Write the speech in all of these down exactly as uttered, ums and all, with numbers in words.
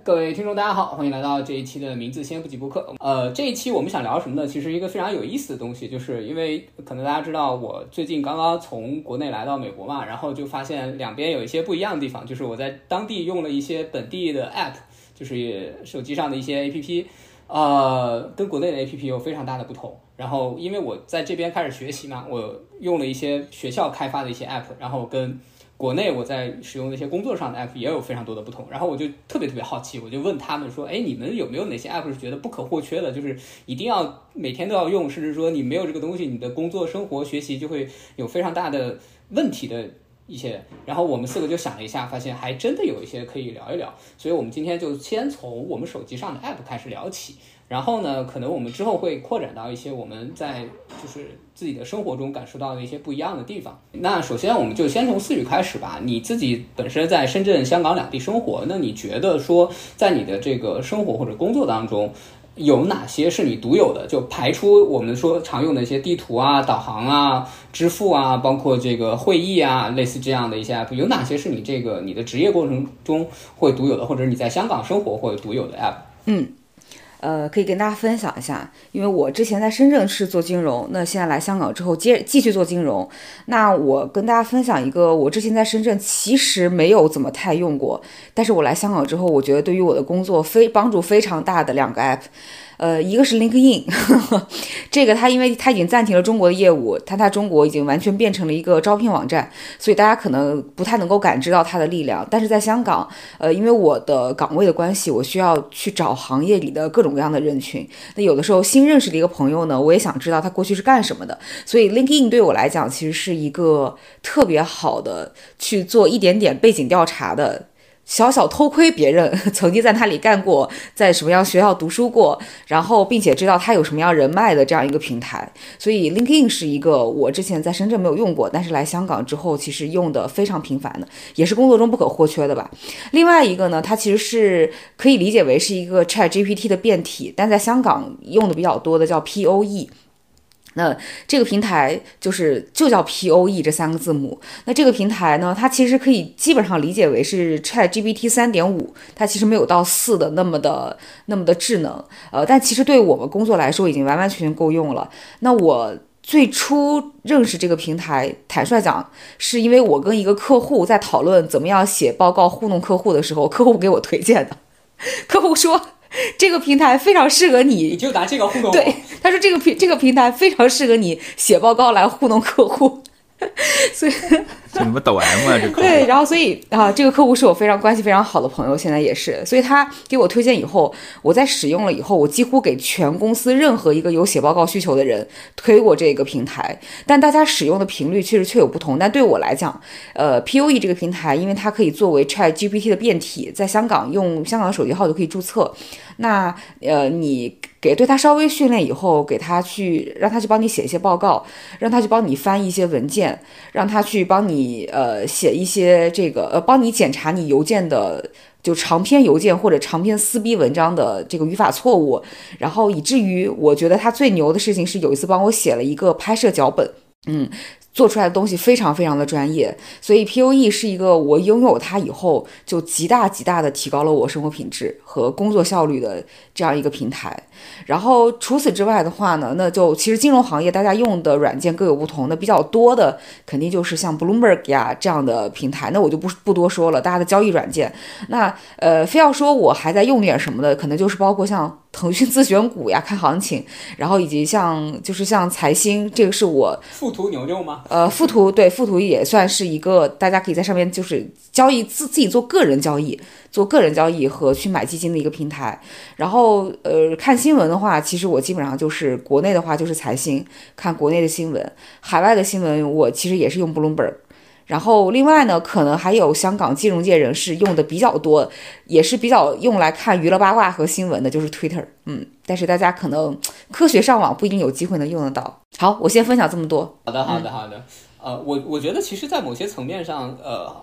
各位听众大家好，欢迎来到这一期的名字先不急播客。呃，这一期我们想聊什么呢？其实一个非常有意思的东西，就是因为可能大家知道我最近刚刚从国内来到美国嘛，然后就发现两边有一些不一样的地方，就是我在当地用了一些本地的 app， 就是手机上的一些 A P P， 呃，跟国内的 A P P 有非常大的不同。然后因为我在这边开始学习嘛，我用了一些学校开发的一些 app， 然后跟国内我在使用的一些工作上的 app 也有非常多的不同，然后我就特别特别好奇，我就问他们说，哎，你们有没有哪些 app 是觉得不可或缺的，就是一定要每天都要用，甚至说你没有这个东西，你的工作、生活、学习就会有非常大的问题的一些。然后我们四个就想了一下，发现还真的有一些可以聊一聊，所以我们今天就先从我们手机上的 app 开始聊起。然后呢，可能我们之后会扩展到一些我们在就是自己的生活中感受到的一些不一样的地方。那首先我们就先从思雨开始吧。你自己本身在深圳、香港两地生活，那你觉得说在你的这个生活或者工作当中，有哪些是你独有的？就排除我们说常用的一些地图啊、导航啊、支付啊，包括这个会议啊，类似这样的一些 app， 有哪些是你这个你的职业过程中会独有的，或者你在香港生活会独有的 app？ 嗯。呃，可以跟大家分享一下，因为我之前在深圳是做金融，那现在来香港之后接继续做金融。那我跟大家分享一个，我之前在深圳其实没有怎么太用过，但是我来香港之后，我觉得对于我的工作非帮助非常大的两个 app。呃，一个是 LinkedIn， 呵呵这个它因为它已经暂停了中国的业务，它在中国已经完全变成了一个招聘网站，所以大家可能不太能够感知到它的力量。但是在香港，呃，因为我的岗位的关系，我需要去找行业里的各种各样的人群。那有的时候新认识的一个朋友呢，我也想知道他过去是干什么的，所以 LinkedIn 对我来讲其实是一个特别好的去做一点点背景调查的。小小偷窥别人曾经在那里干过，在什么样学校读书过，然后并且知道他有什么样人脉的这样一个平台。所以 LinkedIn 是一个我之前在深圳没有用过，但是来香港之后其实用的非常频繁的，也是工作中不可或缺的吧。另外一个呢，它其实是可以理解为是一个 ChatGPT 的变体，但在香港用的比较多的叫 P O E。那这个平台就是就叫 P O E 这三个字母。那这个平台呢，它其实可以基本上理解为是 ChatGPT 三点五，它其实没有到四的那么的那么的智能，呃，但其实对我们工作来说已经完完全全够用了。那我最初认识这个平台，坦率讲，是因为我跟一个客户在讨论怎么样写报告糊弄客户的时候，客户给我推荐的。客户说这个平台非常适合你， 你就拿这个糊弄我。 对，他说这个平这个平台非常适合你写报告来糊弄客户，所以这什么抖 M 啊，这客户。 对，然后所以啊，这个客户是我非常关系非常好的朋友，现在也是，所以他给我推荐以后，我在使用了以后，我几乎给全公司任何一个有写报告需求的人推过这个平台。但大家使用的频率确实确有不同，但对我来讲，呃 ，P O E 这个平台，因为它可以作为 ChatGPT 的变体，在香港用香港的手机号就可以注册。那呃，你给对他稍微训练以后，给他去让他去帮你写一些报告，让他去帮你翻译一些文件，让他去帮你呃写一些这个呃帮你检查你邮件的就长篇邮件或者长篇撕逼文章的这个语法错误，然后以至于我觉得他最牛的事情是有一次帮我写了一个拍摄脚本，嗯。做出来的东西非常非常的专业，所以 P O E 是一个我拥有它以后就极大极大的提高了我生活品质和工作效率的这样一个平台。然后除此之外的话呢，那就其实金融行业大家用的软件各有不同，那比较多的肯定就是像 Bloomberg 呀这样的平台，那我就不不多说了，大家的交易软件。那呃，非要说我还在用点什么的，可能就是包括像腾讯自选股呀，看行情，然后以及像就是像财新，这个是我富途牛牛吗？ 呃，富途对富途也算是一个大家可以在上面就是交易自自己做个人交易，做个人交易和去买基金的一个平台。然后呃，看新闻的话，其实我基本上就是国内的话就是财新，看国内的新闻，海外的新闻我其实也是用 Bloomberg。然后另外呢，可能还有香港金融界人士用的比较多，也是比较用来看娱乐八卦和新闻的，就是 Twitter。嗯，但是大家可能科学上网不一定有机会能用得到。好，我先分享这么多。 好的，好的，好的。嗯、呃，我我觉得其实，在某些层面上，呃。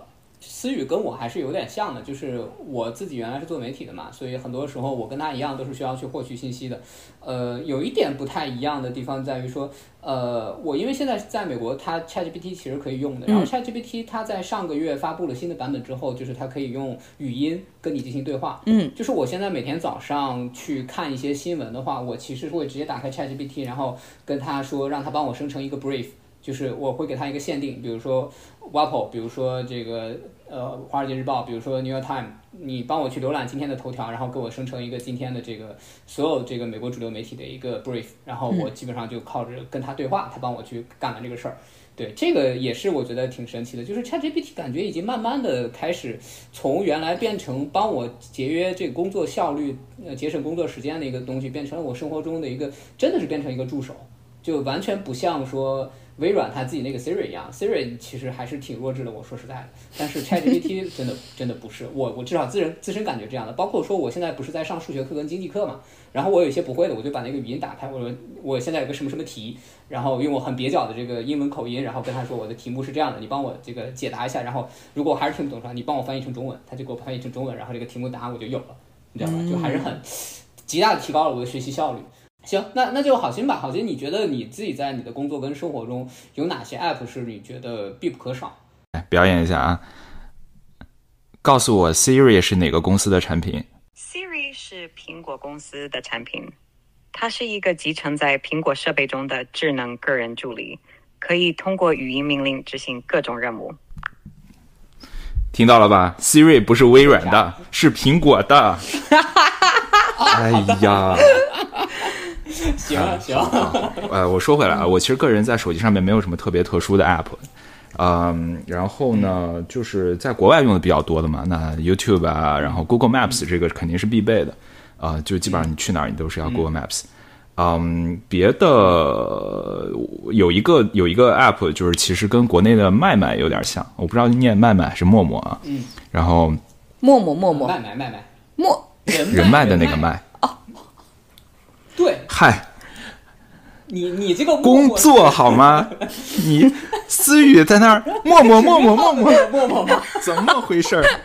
思雨跟我还是有点像的，就是我自己原来是做媒体的嘛，所以很多时候我跟他一样都是需要去获取信息的。呃，有一点不太一样的地方在于说，呃，我因为现在在美国，它 ChatGPT 其实可以用的，然后 ChatGPT 它在上个月发布了新的版本之后，就是它可以用语音跟你进行对话。嗯，就是我现在每天早上去看一些新闻的话，我其实会直接打开 ChatGPT， 然后跟他说，让他帮我生成一个 brief。就是我会给他一个限定，比如说 W A P O， 比如说这个呃《华尔街日报》，比如说 New York Times， 你帮我去浏览今天的头条，然后给我生成一个今天的这个所有这个美国主流媒体的一个 brief， 然后我基本上就靠着跟他对话，他帮我去干完这个事儿。对，这个也是我觉得挺神奇的，就是 ChatGPT 感觉已经慢慢的开始从原来变成帮我节约这个工作效率、呃节省工作时间的一个东西，变成了我生活中的一个真的是变成一个助手，就完全不像说微软它自己那个 Siri 一样 ，Siri 其实还是挺弱智的，我说实在的。但是 ChatGPT 真的真的不是，我我至少自身自身感觉这样的。包括说我现在不是在上数学课跟经济课嘛，然后我有一些不会的，我就把那个语音打开，我说我现在有个什么什么题，然后用我很蹩脚的这个英文口音，然后跟他说我的题目是这样的，你帮我这个解答一下，然后如果我还是听不懂的话，你帮我翻译成中文，他就给我翻译成中文，然后这个题目答案我就有了，你知道吧？就还是很极大的提高了我的学习效率。行，那那就好心吧。好心，你觉得你自己在你的工作跟生活中有哪些 app 是你觉得必不可少？ 表演一下啊！告诉我 Siri 是哪个公司的产品？ Siri 是苹果公司的产品，它是一个集成在苹果设备中的智能个人助理，可以通过语音命令执行各种任务。 听到了吧？ Siri 不是微软的，是苹果的。哎呀！ 行行， 呃，我说回来啊，我其实个人在手机上面没有什么特别特殊的 app， 嗯，然后呢，就是在国外用的比较多的嘛，那 YouTube 啊，然后 Google Maps 这个肯定是必备的，啊、呃，就基本上你去哪儿你都是要 Google Maps， 嗯，别的有一个有一个 app 就是其实跟国内的麦麦有点像，我不知道念麦麦还是陌陌啊，嗯，然后陌陌陌陌麦麦麦麦陌人脉的那个麦。 对， 嗨， 你你这个工作好吗？你思雨在那儿默默默默默默默默默， 怎么回事儿？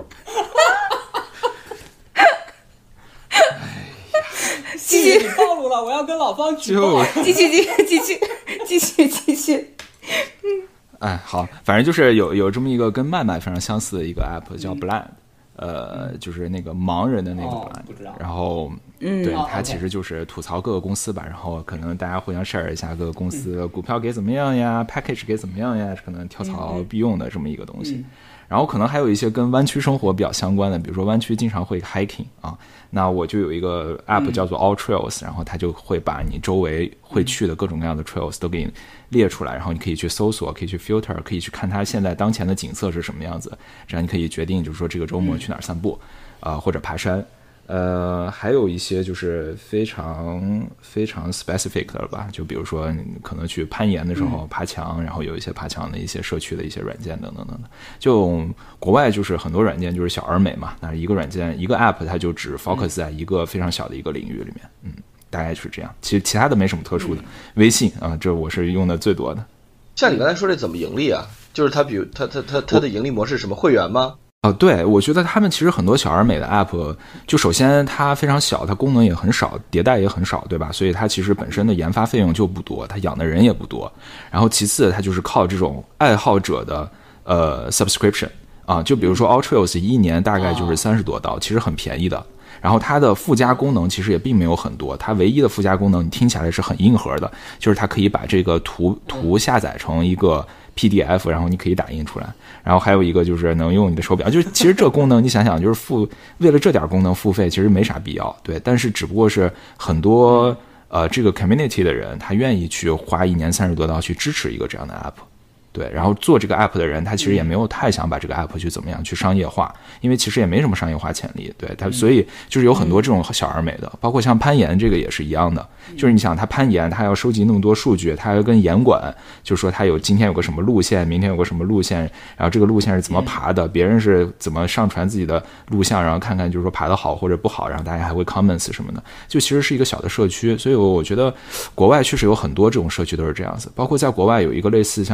继续， 你暴露了，我要跟老方举报。 继续，继续，继续，继续，继续。 哎，好，反正就是有有这么一个跟麦麦非常相似的一个 app 叫 Blind，、嗯、呃，就是那个盲人的那个 Blind，、哦、 不知道。 然后。 嗯， 对，它其实就是吐槽各个公司吧，然后可能大家互相 share 一下各个公司股票给怎么样呀、嗯、package 给怎么样呀，可能跳槽必用的这么一个东西、嗯、然后可能还有一些跟湾区生活比较相关的，比如说湾区经常会 hiking 啊，那我就有一个 app 叫做 All Trails、嗯、然后它就会把你周围会去的各种各样的 trails 都给你列出来，然后你可以去搜索，可以去 filter， 可以去看它现在当前的景色是什么样子，这样你可以决定就是说这个周末去哪儿散步啊、呃，或者爬山。呃，还有一些就是非常非常 specific 的吧，就比如说你可能去攀岩的时候爬墙、嗯、然后有一些爬墙的一些社区的一些软件等等等等。就国外就是很多软件就是小而美嘛，那一个软件一个 app 它就只 focus 在一个非常小的一个领域里面，嗯，大概是这样。其实其他的没什么特殊的。嗯、微信啊，这我是用的最多的。 像你刚才说这怎么盈利啊？就是它比如它它它它的盈利模式是什么？会员吗？ 哦，对，我觉得他们其实很多小而美的 app， 就首先它非常小，它功能也很少，迭代也很少，对吧？所以它其实本身的研发费用就不多，它养的人也不多。然后其次，它就是靠这种爱好者的呃 subscription 啊，就比如说 All Trails 一年大概就是三十多刀，其实很便宜的。然后它的附加功能其实也并没有很多，它唯一的附加功能你听起来是很硬核的，就是它可以把这个图图下载成一个 P D F， 然后你可以打印出来。然后还有一个就是能用你的手表，就是其实这功能你想想，就是付为了这点功能付费其实没啥必要，对。但是只不过是很多呃这个 community 的人他愿意去花一年三十多刀去支持一个这样的 app。对，然后做这个 app 的人他其实也没有太想把这个 app 去怎么样去商业化，因为其实也没什么商业化潜力，对他，所以就是有很多这种小而美的，包括像攀岩这个也是一样的，就是你想他攀岩他要收集那么多数据，他要跟岩馆就是说他有今天有个什么路线，明天有个什么路线，然后这个路线是怎么爬的，别人是怎么上传自己的录像，然后看看就是说爬得好或者不好，然后大家还会 comments 什么的，就其实是一个小的社区。所以我觉得国外确实有很多这种社区都是这样子，包括在国外有一个类似像百度贴吧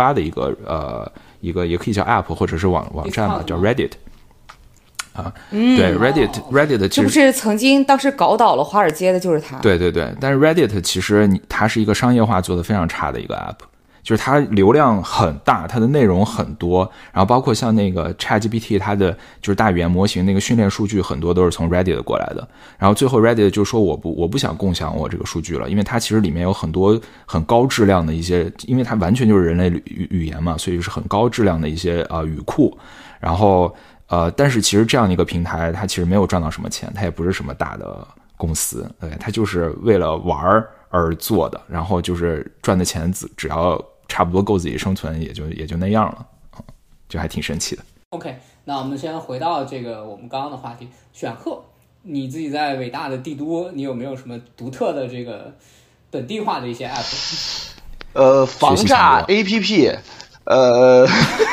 吧的一个呃一个也可以叫 app 或者是网网站吧，叫 Reddit。啊， 嗯， 对 Reddit Reddit 其实这不是曾经当时搞倒了华尔街的就是他。 对对对，但是 Reddit 其实你它是一个商业化做得非常差的一个 app， 就是它流量很大，它的内容很多，然后包括像那个 ChatGPT 它的就是大语言模型那个训练数据很多都是从 Reddit 过来的，然后最后 Reddit 就说我不我不想共享我这个数据了，因为它其实里面有很多很高质量的一些，因为它完全就是人类语语言嘛，所以是很高质量的一些呃语库，然后。呃，但是其实这样的一个平台，它其实没有赚到什么钱，它也不是什么大的公司，对，它就是为了玩而做的，然后就是赚的钱只只要差不多够自己生存，也就也就那样了，嗯，就还挺神奇的。 OK， 那我们先回到这个我们刚刚的话题，选赫，你自己在伟大的帝都，你有没有什么独特的这个本地化的一些 app？ 呃，防诈 A P P， 呃。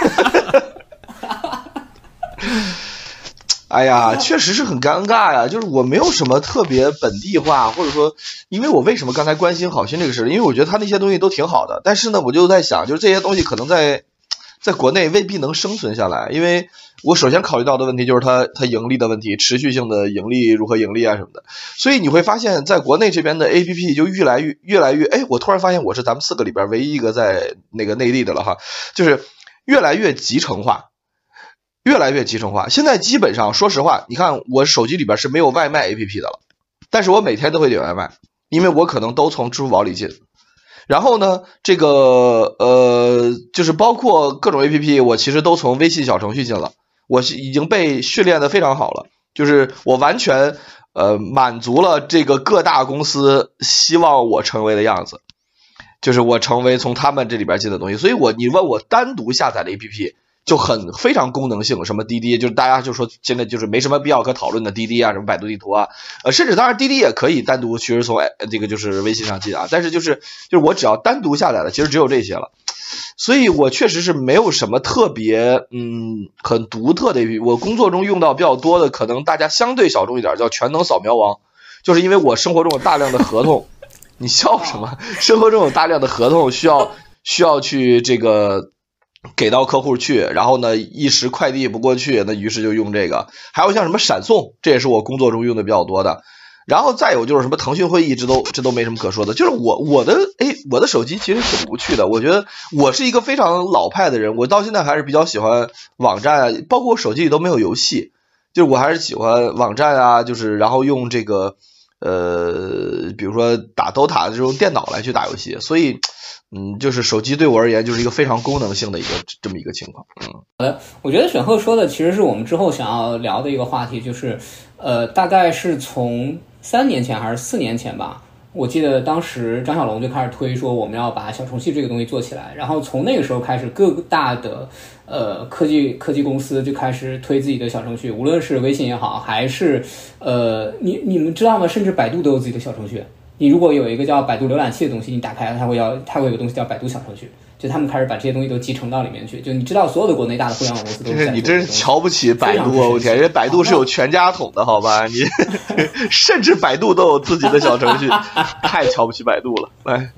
哎呀，确实是很尴尬呀！就是我没有什么特别本地化，或者说，因为我为什么刚才关心好心这个事，因为我觉得他那些东西都挺好的，但是呢，我就在想，就是这些东西可能在在国内未必能生存下来，因为我首先考虑到的问题就是它它盈利的问题，持续性的盈利如何盈利啊什么的，所以你会发现在国内这边的 A P P 就越来越越来越，哎，我突然发现我是咱们四个里边唯一一个在那个内地的了哈，就是越来越集成化。越来越集成化，现在基本上说实话，你看我手机里边是没有外卖 A P P 的了，但是我每天都会点外卖，因为我可能都从支付宝里进。然后呢，这个呃，就是包括各种 A P P， 我其实都从微信小程序进了，我已经被训练的非常好了，就是我完全呃满足了这个各大公司希望我成为的样子，就是我成为从他们这里边进的东西。所以我你问我单独下载的 A P P。就很非常功能性，什么滴滴，就是大家就说现在就是没什么必要可讨论的滴滴啊，什么百度地图啊，呃，甚至当然滴滴也可以单独其实从这个就是微信上进啊，但是就是就是我只要单独下载的，其实只有这些了，所以我确实是没有什么特别嗯很独特的 A P P， 我工作中用到比较多的，可能大家相对小众一点，叫全能扫描王，就是因为我生活中有大量的合同，你笑什么？生活中有大量的合同需要需要去这个。给到客户去，然后呢一时快递不过去，那于是就用这个。还有像什么闪送，这也是我工作中用的比较多的。然后再有就是什么腾讯会议，这都这都没什么可说的。就是我我的哎我的手机其实挺无趣的，我觉得我是一个非常老派的人，我到现在还是比较喜欢网站啊，包括我手机里都没有游戏，就是我还是喜欢网站啊，就是然后用这个呃比如说打 D O T A 这种电脑来去打游戏，所以。嗯，就是手机对我而言就是一个非常功能性的一个这么一个情况。嗯， 好的，我觉得选赫说的其实是我们之后想要聊的一个话题，就是呃，大概是从三年前还是四年前吧，我记得当时张小龙就开始推说我们要把小程序这个东西做起来，然后从那个时候开始，各大的呃科技科技公司就开始推自己的小程序，无论是微信也好，还是呃你你们知道吗？甚至百度都有自己的小程序。你如果有一个叫百度浏览器的东西，你打开它会要它会有个东西叫百度小程序，就他们开始把这些东西都集成到里面去。就你知道，所有的国内大的互联网公司都是在做这个东西。 你真是瞧不起百度啊！我天，人家百度是有全家桶的，好吧？你甚至百度都有自己的小程序，太瞧不起百度了。哎，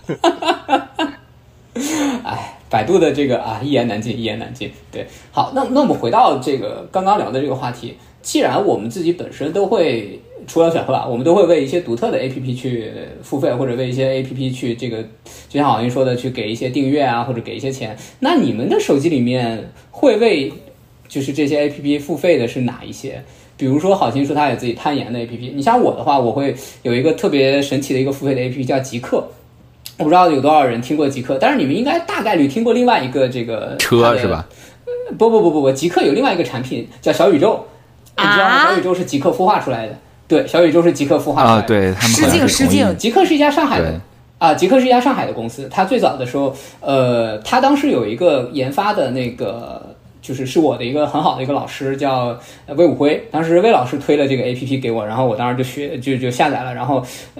哎，百度的这个啊，一言难尽，一言难尽。对，好，那那我们回到这个刚刚聊的这个话题，既然我们自己本身都会。除了选赫吧，我们都会为一些独特的 A P P 去付费，或者为一些 A P P 去这个，就像郝云说的，去给一些订阅啊，或者给一些钱。那你们的手机里面会为就是这些 A P P 付费的是哪一些？比如说郝鑫说他有自己攀岩的 A P P， 你像我的话，我会有一个特别神奇的一个付费的 A P P 叫极客。我不知道有多少人听过极客，但是你们应该大概率听过另外一个这个车是吧？ 不不不不不，极客有另外一个产品叫小宇宙，你知道吗？小宇宙是极客孵化出来的。对，小宇宙是极客孵化出来的， 啊，对他们失敬失敬。 极客是一家上海的啊，极客是一家上海的公司。它最早的时候，呃，它当时有一个研发的那个，就是是我的一个很好的一个老师，叫魏武辉。当时魏老师推了这个 A P P 给我，然后我当时就学就就下载了，然后呃，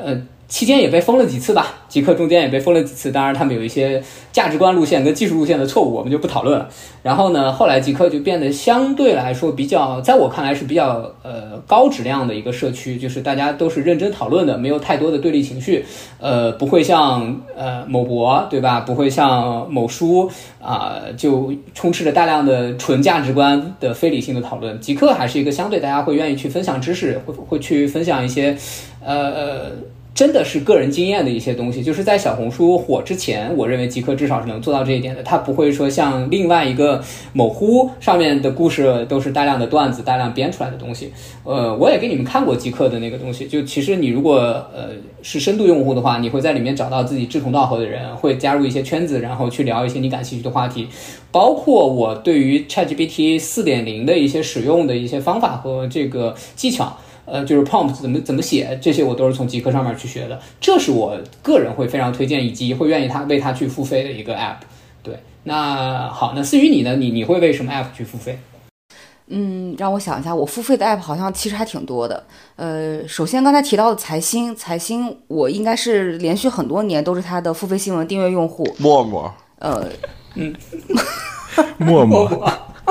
期间也被封了几次吧，极客中间也被封了几次，当然他们有一些价值观路线跟技术路线的错误，我们就不讨论了。然后呢，后来极客就变得相对来说比较，在我看来是比较呃高质量的一个社区，就是大家都是认真讨论的，没有太多的对立情绪，呃，不会像呃某博对吧，不会像某书啊、呃，就充斥着大量的纯价值观的非理性的讨论。极客还是一个相对大家会愿意去分享知识，会会去分享一些呃。真的是个人经验的一些东西，就是在小红书火之前，我认为极客至少是能做到这一点的。它不会说像另外一个某乎上面的故事都是大量的段子、大量编出来的东西。呃，我也给你们看过极客的那个东西，就其实你如果呃是深度用户的话，你会在里面找到自己志同道合的人，会加入一些圈子，然后去聊一些你感兴趣的话题。包括我对于 ChatGPT 四点零 的一些使用的一些方法和这个技巧。呃，就是 prompt 怎么怎么写，这些我都是从极客上面去学的，这是我个人会非常推荐以及会愿意他为他去付费的一个 app。对，那好，那思雨你呢？你你会为什么 app 去付费？ 嗯，让我想一下，我付费的 app 好像其实还挺多的。呃，首先刚才提到的财新，财新我应该是连续很多年都是它的付费新闻订阅用户。 陌陌， 呃， 嗯， 陌陌。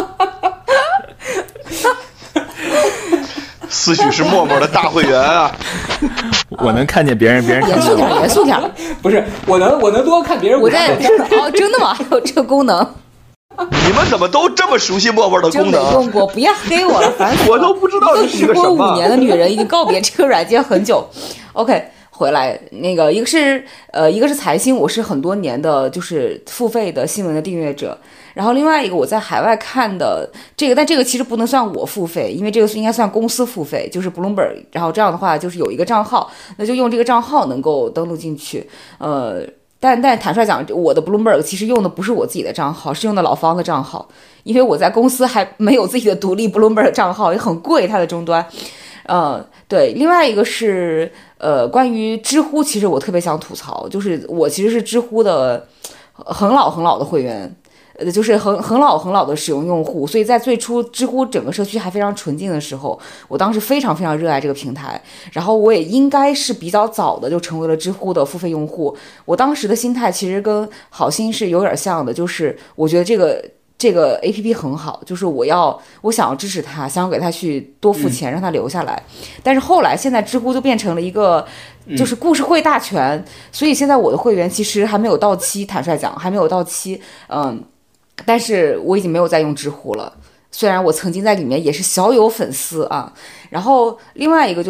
思许是陌陌的大会员啊！ 我能看见别人，别人看不见严肃点，严肃点。 不是，我能我能多看别人。 我在哦，真的吗？还有这个功能？ 你们怎么都这么熟悉陌陌的功能？ 真没用过，不要黑我了，烦死了！ 我都不知道这是个什么。 一个时过五年的女人已经告别这个软件很久。OK。回来那个一个是呃一个是财新，我是很多年的就是付费的新闻的订阅者，然后另外一个我在海外看的这个，但这个其实不能算我付费，因为这个应该算公司付费，就是 Bloomberg， 然后这样的话就是有一个账号，那就用这个账号能够登录进去，呃，但但坦率讲，我的 Bloomberg 其实用的不是我自己的账号，是用的老方的账号，因为我在公司还没有自己的独立 Bloomberg 账号，也很贵它的终端。呃，对，另外一个是呃，关于知乎，其实我特别想吐槽，就是我其实是知乎的很老很老的会员，呃，就是很很老很老的使用用户，所以在最初知乎整个社区还非常纯净的时候，我当时非常非常热爱这个平台，然后我也应该是比较早的就成为了知乎的付费用户。我当时的心态其实跟好心是有点像的，就是我觉得这个。这个 A P P 很好，就是我要我想要支持它，想要给它去多付钱，让它留下来。但是后来现在知乎就变成了一个就是故事会大全，所以现在我的会员其实还没有到期，坦率讲还没有到期，嗯，但是我已经没有再用知乎了。虽然我曾经在里面也是小有粉丝啊，然后另外一个就是，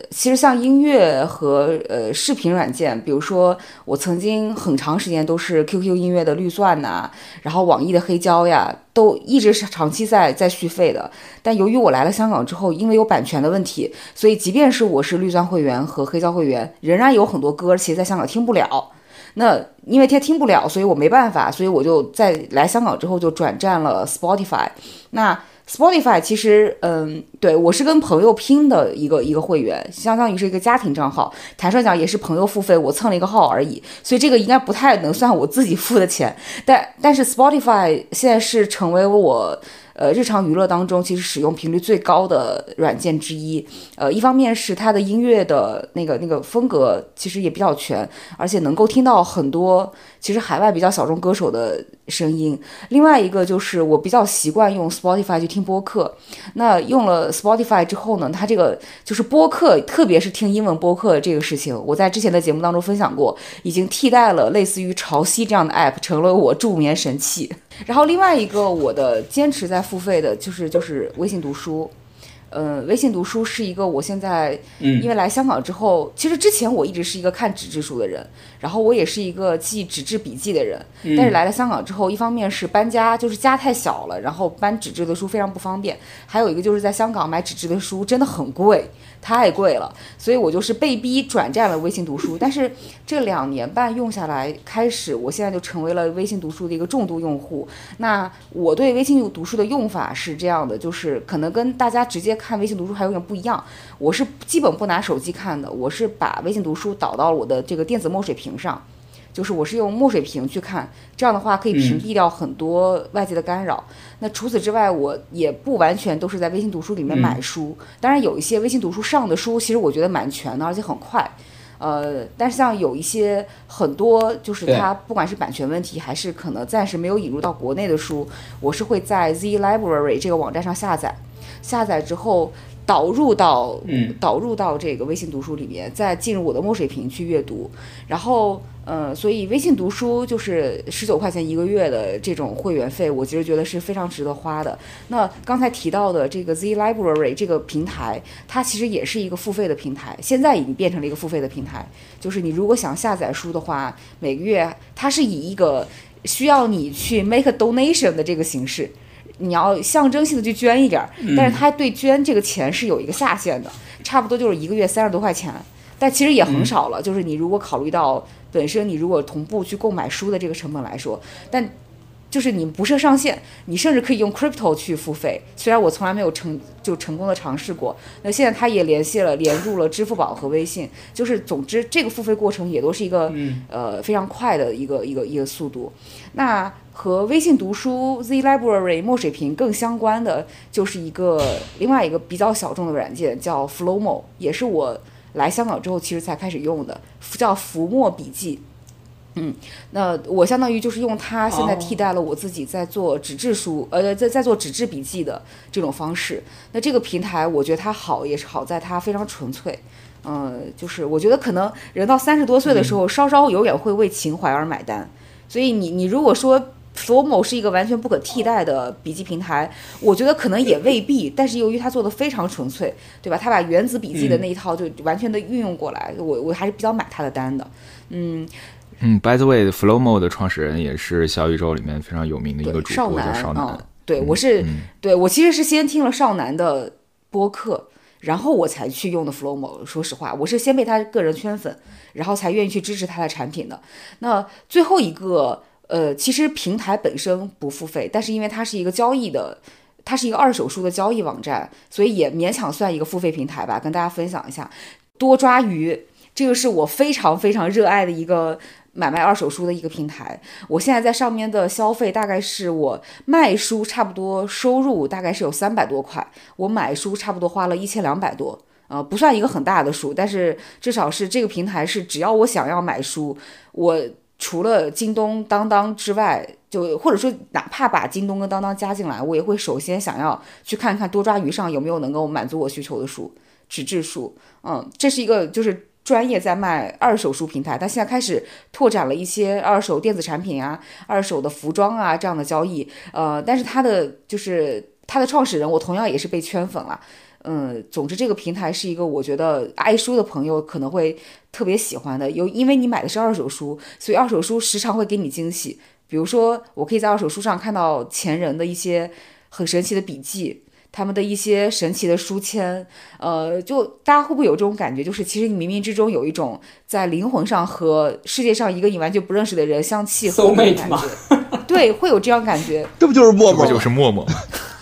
其实像音乐和呃视频软件，比如说我曾经很长时间都是 Q Q 音乐的绿钻呐、啊，然后网易的黑胶呀，都一直是长期在在续费的。但由于我来了香港之后，因为有版权的问题，所以即便是我是绿钻会员和黑胶会员，仍然有很多歌其实在香港听不了。那因为他听不了，所以我没办法，所以我就在来香港之后就转战了 Spotify。那 Spotify 其实，嗯，对我是跟朋友拼的一个一个会员，相当于是一个家庭账号。坦率讲，也是朋友付费，我蹭了一个号而已，所以这个应该不太能算我自己付的钱。但但是 Spotify 现在是成为我。呃，日常娱乐当中其实使用频率最高的软件之一。呃，一方面是它的音乐的那个那个风格其实也比较全，而且能够听到很多其实海外比较小众歌手的声音。另外一个就是我比较习惯用 Spotify 去听播客。那用了 Spotify 之后呢，它这个就是播客，特别是听英文播客这个事情，我在之前的节目当中分享过，已经替代了类似于潮汐这样的 app， 成了我助眠神器。然后另外一个我的坚持在付费的就是就是微信读书，呃，微信读书是一个我现在因为来香港之后，嗯、其实之前我一直是一个看纸质书的人，然后我也是一个记纸质笔记的人，嗯、但是来了香港之后，一方面是搬家，就是家太小了，然后搬纸质的书非常不方便，还有一个就是在香港买纸质的书真的很贵。太贵了，所以我就是被逼转战了微信读书。但是这两年半用下来，开始我现在就成为了微信读书的一个重度用户。那我对微信读书的用法是这样的，就是可能跟大家直接看微信读书还有点不一样。我是基本不拿手机看的，我是把微信读书导到我的这个电子墨水屏上。就是我是用墨水屏去看，这样的话可以屏蔽掉很多外界的干扰。嗯、那除此之外，我也不完全都是在微信读书里面买书，嗯、当然有一些微信读书上的书，其实我觉得蛮全的，而且很快。 呃，但是像有一些很多就是它不管是版权问题还是可能暂时没有引入到国内的书，我是会在 Z Library 这个网站上下载，下载之后导入到嗯导入到这个微信读书里面，再进入我的墨水屏去阅读，然后。呃，所以微信读书就是十九块钱一个月的这种会员费，我其实觉得是非常值得花的。那刚才提到的这个 Z Library 这个平台，它其实也是一个付费的平台，现在已经变成了一个付费的平台。就是你如果想下载书的话，每个月它是以一个需要你去 make a donation 的这个形式，你要象征性的去捐一点，但是它对捐这个钱是有一个下限的，差不多就是一个月三十多块钱，但其实也很少了。就是你如果考虑到本身你如果同步去购买书的这个成本来说，但就是你不设上限，你甚至可以用 crypto 去付费。虽然我从来没有成就成功的尝试过，那现在它也联系了连入了支付宝和微信，就是总之这个付费过程也都是一个、嗯、呃非常快的一个一个一个速度。那和微信读书 Z Library 墨水屏更相关的就是一个另外一个比较小众的软件，叫 Flomo， 也是我来香港之后其实才开始用的，叫浮墨笔记。嗯，那我相当于就是用它现在替代了我自己在做纸质书、oh. 呃在在做纸质笔记的这种方式。那这个平台我觉得它好也是好在它非常纯粹，呃就是我觉得可能人到三十多岁的时候、嗯、稍稍有点会为情怀而买单。所以你你如果说Flomo 是一个完全不可替代的笔记平台，我觉得可能也未必，但是由于它做的非常纯粹，对吧？它把原子笔记的那一套就完全的运用过来，嗯、我我还是比较买它的单的。嗯嗯 ，By the way，Flomo 的创始人也是小宇宙里面非常有名的一个主播，叫少男。 嗯、对，我是、嗯、对我其实是先听了少男的播客，然后我才去用的 Flomo。说实话，我是先被他个人圈粉，然后才愿意去支持他的产品的。那最后一个。呃，其实平台本身不付费，但是因为它是一个交易的，它是一个二手书的交易网站，所以也勉强算一个付费平台吧。跟大家分享一下，多抓鱼，这个是我非常非常热爱的一个买卖二手书的一个平台。我现在在上面的消费大概是我卖书差不多收入大概是有三百多块，我买书差不多花了一千两百多。呃，不算一个很大的数，但是至少是这个平台是只要我想要买书，我除了京东、当当之外，就或者说哪怕把京东跟当当加进来，我也会首先想要去看看多抓鱼上有没有能够满足我需求的书，纸质书。嗯，这是一个就是专业在卖二手书平台，它现在开始拓展了一些二手电子产品啊、二手的服装啊这样的交易。呃，但是它的就是它的创始人，我同样也是被圈粉了。嗯，总之这个平台是一个我觉得爱书的朋友可能会特别喜欢的，有因为你买的是二手书，所以二手书时常会给你惊喜。比如说我可以在二手书上看到前人的一些很神奇的笔记，他们的一些神奇的书签，呃，就大家会不会有这种感觉，就是其实你冥冥之中有一种在灵魂上和世界上一个你完全不认识的人相契合的感觉。对，会有这样感觉。 这不就是默默？ 这不就是默默吗？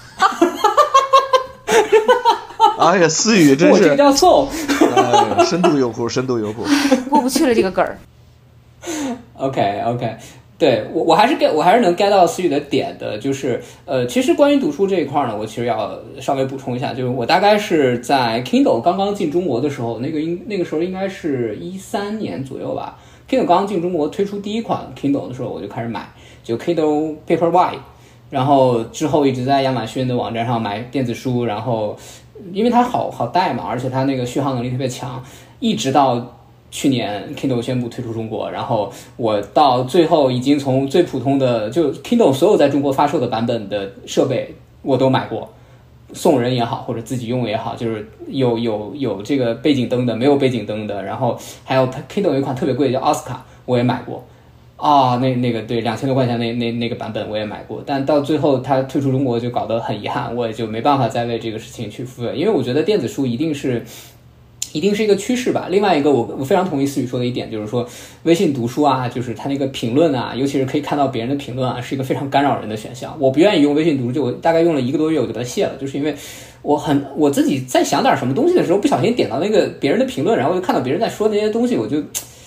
哎呀，思雨真是， 我这个叫 soul， 哎，深度用户，深度用户， 过不去了这个梗儿。 OK OK， 对我我还是 get 我还是能 get 到思雨的点的，就是呃，其实关于读书这一块呢，我其实要稍微补充一下，就是我大概是在 Kindle 刚刚进中国的时候，那个应那个时候应该是一三年左右吧 ，Kindle 刚刚进中国推出第一款 Kindle 的时候，我就开始买，就 Kindle Paperwhite， 然后之后一直在亚马逊的网站上买电子书，然后。因为它好好带嘛，而且它那个续航能力特别强，一直到去年 Kindle 宣布退出中国，然后我到最后已经从最普通的就 Kindle 所有在中国发售的版本的设备我都买过，送人也好或者自己用也好，就是有有有这个背景灯的，没有背景灯的，然后还有 Kindle 有一款特别贵的叫奥斯卡，我也买过。啊、哦，那那个对，两千多块钱那那那个版本我也买过，但到最后它退出中国就搞得很遗憾，我也就没办法再为这个事情去付费，因为我觉得电子书一定是一定是一个趋势吧。另外一个我我非常同意思雨说的一点，就是说微信读书啊，就是它那个评论啊，尤其是可以看到别人的评论啊，是一个非常干扰人的选项。我不愿意用微信读书，就我大概用了一个多月我就把它卸了，就是因为我很我自己在想点什么东西的时候，不小心点到那个别人的评论，然后就看到别人在说那些东西，我就。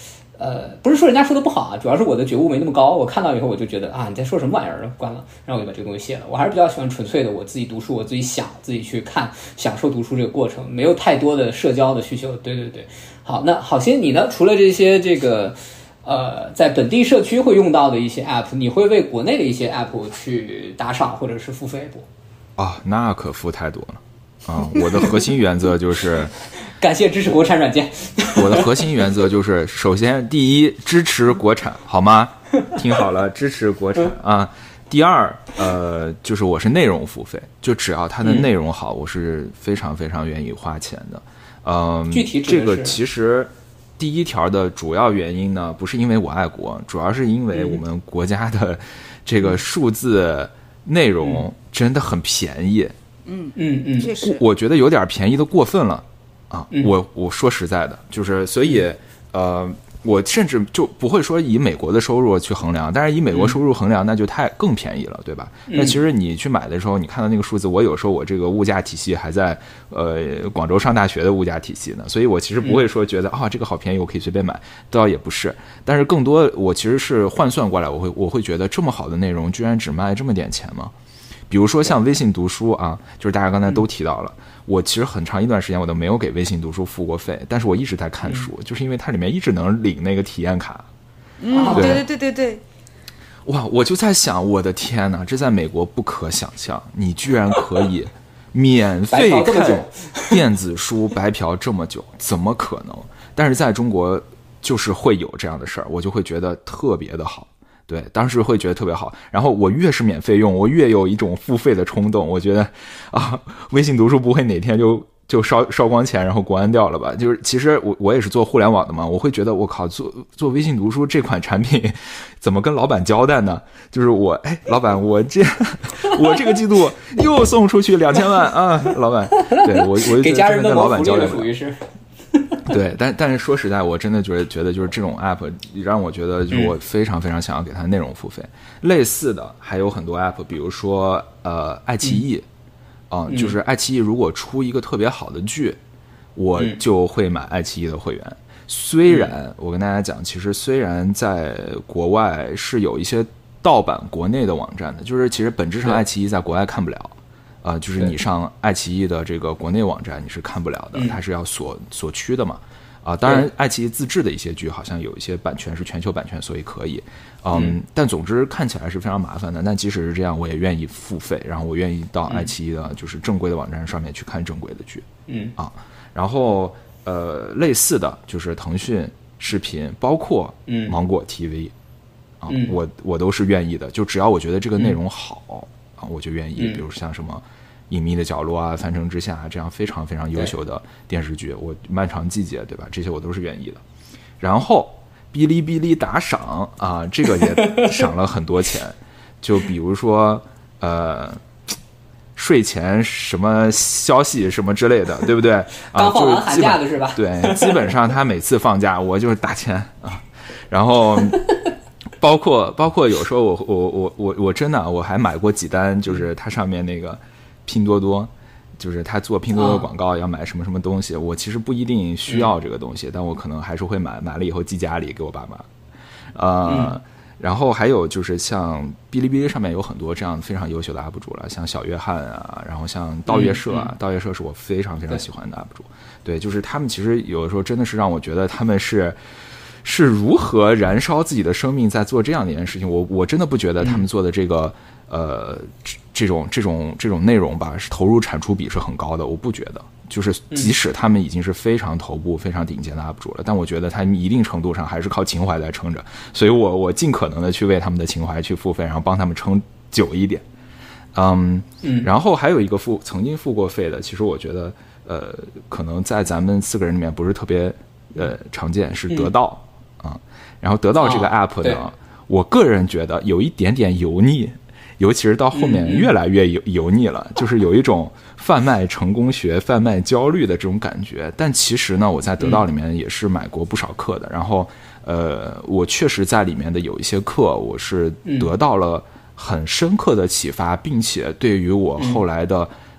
呃，不是说人家说的不好啊，主要是我的觉悟没那么高，我看到以后我就觉得啊，你在说什么玩意儿，关了，然后我就把这个东西卸了。我还是比较喜欢纯粹的我自己读书，我自己想，自己去看，享受读书这个过程，没有太多的社交的需求。对对对，好，那好心你呢？除了这些这个呃，在本地社区会用到的一些 app， 你会为国内的一些 app 去打赏或者是付费不？ 啊，那可付太多了。啊，我的核心原则就是感谢支持国产软件。 我的核心原则就是，首先第一支持国产，好吗？听好了，支持国产啊。第二，呃，就是我是内容付费，就只要它的内容好，我是非常非常愿意花钱的。嗯， 具体这个其实第一条的主要原因呢，不是因为我爱国，主要是因为我们国家的这个数字内容真的很便宜。 嗯嗯嗯， 确实， 我觉得有点便宜的过分了啊！ 嗯、 我我说实在的，就是所以呃，我甚至就不会说以美国的收入去衡量，但是以美国收入衡量，那就太更便宜了，对吧？ 嗯、 那其实你去买的时候，你看到那个数字，我有时候我这个物价体系还在呃广州上大学的物价体系呢，所以我其实不会说觉得啊、哦、这个好便宜，我可以随便买，倒也不是。但是更多我其实是换算过来，我会我会觉得这么好的内容居然只卖这么点钱吗？比如说像微信读书啊，就是大家刚才都提到了，我其实很长一段时间我都没有给微信读书付过费，但是我一直在看书，就是因为它里面一直能领那个体验卡。 嗯，对对对对对。 哇，我就在想，我的天哪，这在美国不可想象，你居然可以免费看电子书白嫖这么久，怎么可能？但是在中国就是会有这样的事儿，我就会觉得特别的好。对，当时会觉得特别好。然后我越是免费用，我越有一种付费的冲动。我觉得啊，微信读书不会哪天就就烧烧光钱，然后关掉了吧？就是其实我我也是做互联网的嘛，我会觉得我靠，做做微信读书这款产品，怎么跟老板交代呢？就是我哎，老板，我这我这个季度又送出去两千万啊，老板，对我我给家人的老板交代， 属于是。 对，但但是说实在，我真的觉得觉得就是这种 app 让我觉得，就是我非常非常想要给它内容付费。嗯、类似的还有很多 app， 比如说呃爱奇艺，啊、嗯呃，就是爱奇艺如果出一个特别好的剧，我就会买爱奇艺的会员。嗯、虽然我跟大家讲，其实虽然在国外是有一些盗版国内的网站的，就是其实本质上爱奇艺在国外看不了。呃，就是你上爱奇艺的这个国内网站你是看不了的，它是要锁锁区的嘛。啊、呃，当然爱奇艺自制的一些剧好像有一些版权是全球版权，所以可以。嗯，嗯但总之看起来是非常麻烦的。但即使是这样，我也愿意付费，然后我愿意到爱奇艺的就是正规的网站上面去看正规的剧。 嗯啊，然后呃，类似的就是腾讯视频，包括芒果 T V，啊， 嗯、 我我都是愿意的。就只要我觉得这个内容好。嗯我就愿意，比如像什么《隐秘的角落》啊、《翻城之下》这样非常非常优秀的电视剧，我《漫长季节》对吧？这些我都是愿意的。然后哔哩哔哩打赏啊，这个也赏了很多钱，就比如说呃，睡前什么消息什么之类的，对不对？啊， 刚放完寒假的是吧？ 对，基本上他每次放假我就是打钱啊，然后。包括包括有时候我我我我我真的我还买过几单，就是它上面那个拼多多，就是他做拼多多广告要买什么什么东西，我其实不一定需要这个东西，但我可能还是会买，买了以后寄家里给我爸妈。呃，然后还有就是像哔哩哔哩上面有很多这样非常优秀的 U P 主了，像小约翰啊，然后像盗月社啊，盗月社是我非常非常喜欢的 U P 主。对，就是他们其实有的时候真的是让我觉得他们是。是如何燃烧自己的生命在做这样的一件事情？我我真的不觉得他们做的这个、嗯、呃这种这种这种内容吧，是投入产出比是很高的。我不觉得，就是即使他们已经是非常头部、非常顶尖的 U P 主了，但我觉得他们一定程度上还是靠情怀在撑着。所以我我尽可能的去为他们的情怀去付费，然后帮他们撑久一点。嗯嗯，然后还有一个付曾经付过费的，其实我觉得呃可能在咱们四个人里面不是特别呃常见，是得到。嗯啊，然后得到这个 app 呢、哦，我个人觉得有一点点油腻，尤其是到后面越来越油、嗯、油腻了，就是有一种贩卖成功学、贩卖焦虑的这种感觉。但其实呢，我在得到里面也是买过不少课的，嗯、然后呃，我确实在里面的有一些课，我是得到了很深刻的启发，并且对于我后来的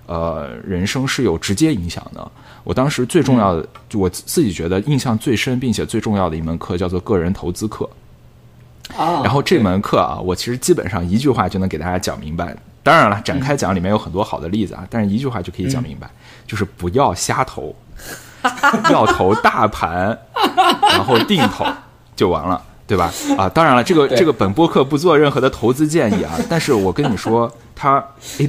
呃人生是有直接影响的。我当时最重要的，就我自己觉得印象最深并且最重要的一门课叫做个人投资课。 啊， 然后这门课啊，我其实基本上一句话就能给大家讲明白。当然了，展开讲里面有很多好的例子啊，但是一句话就可以讲明白，就是不要瞎投，要投大盘，然后定投就完了，对吧？啊，当然了，这个这个本播客不做任何的投资建议啊，但是我跟你说，它 it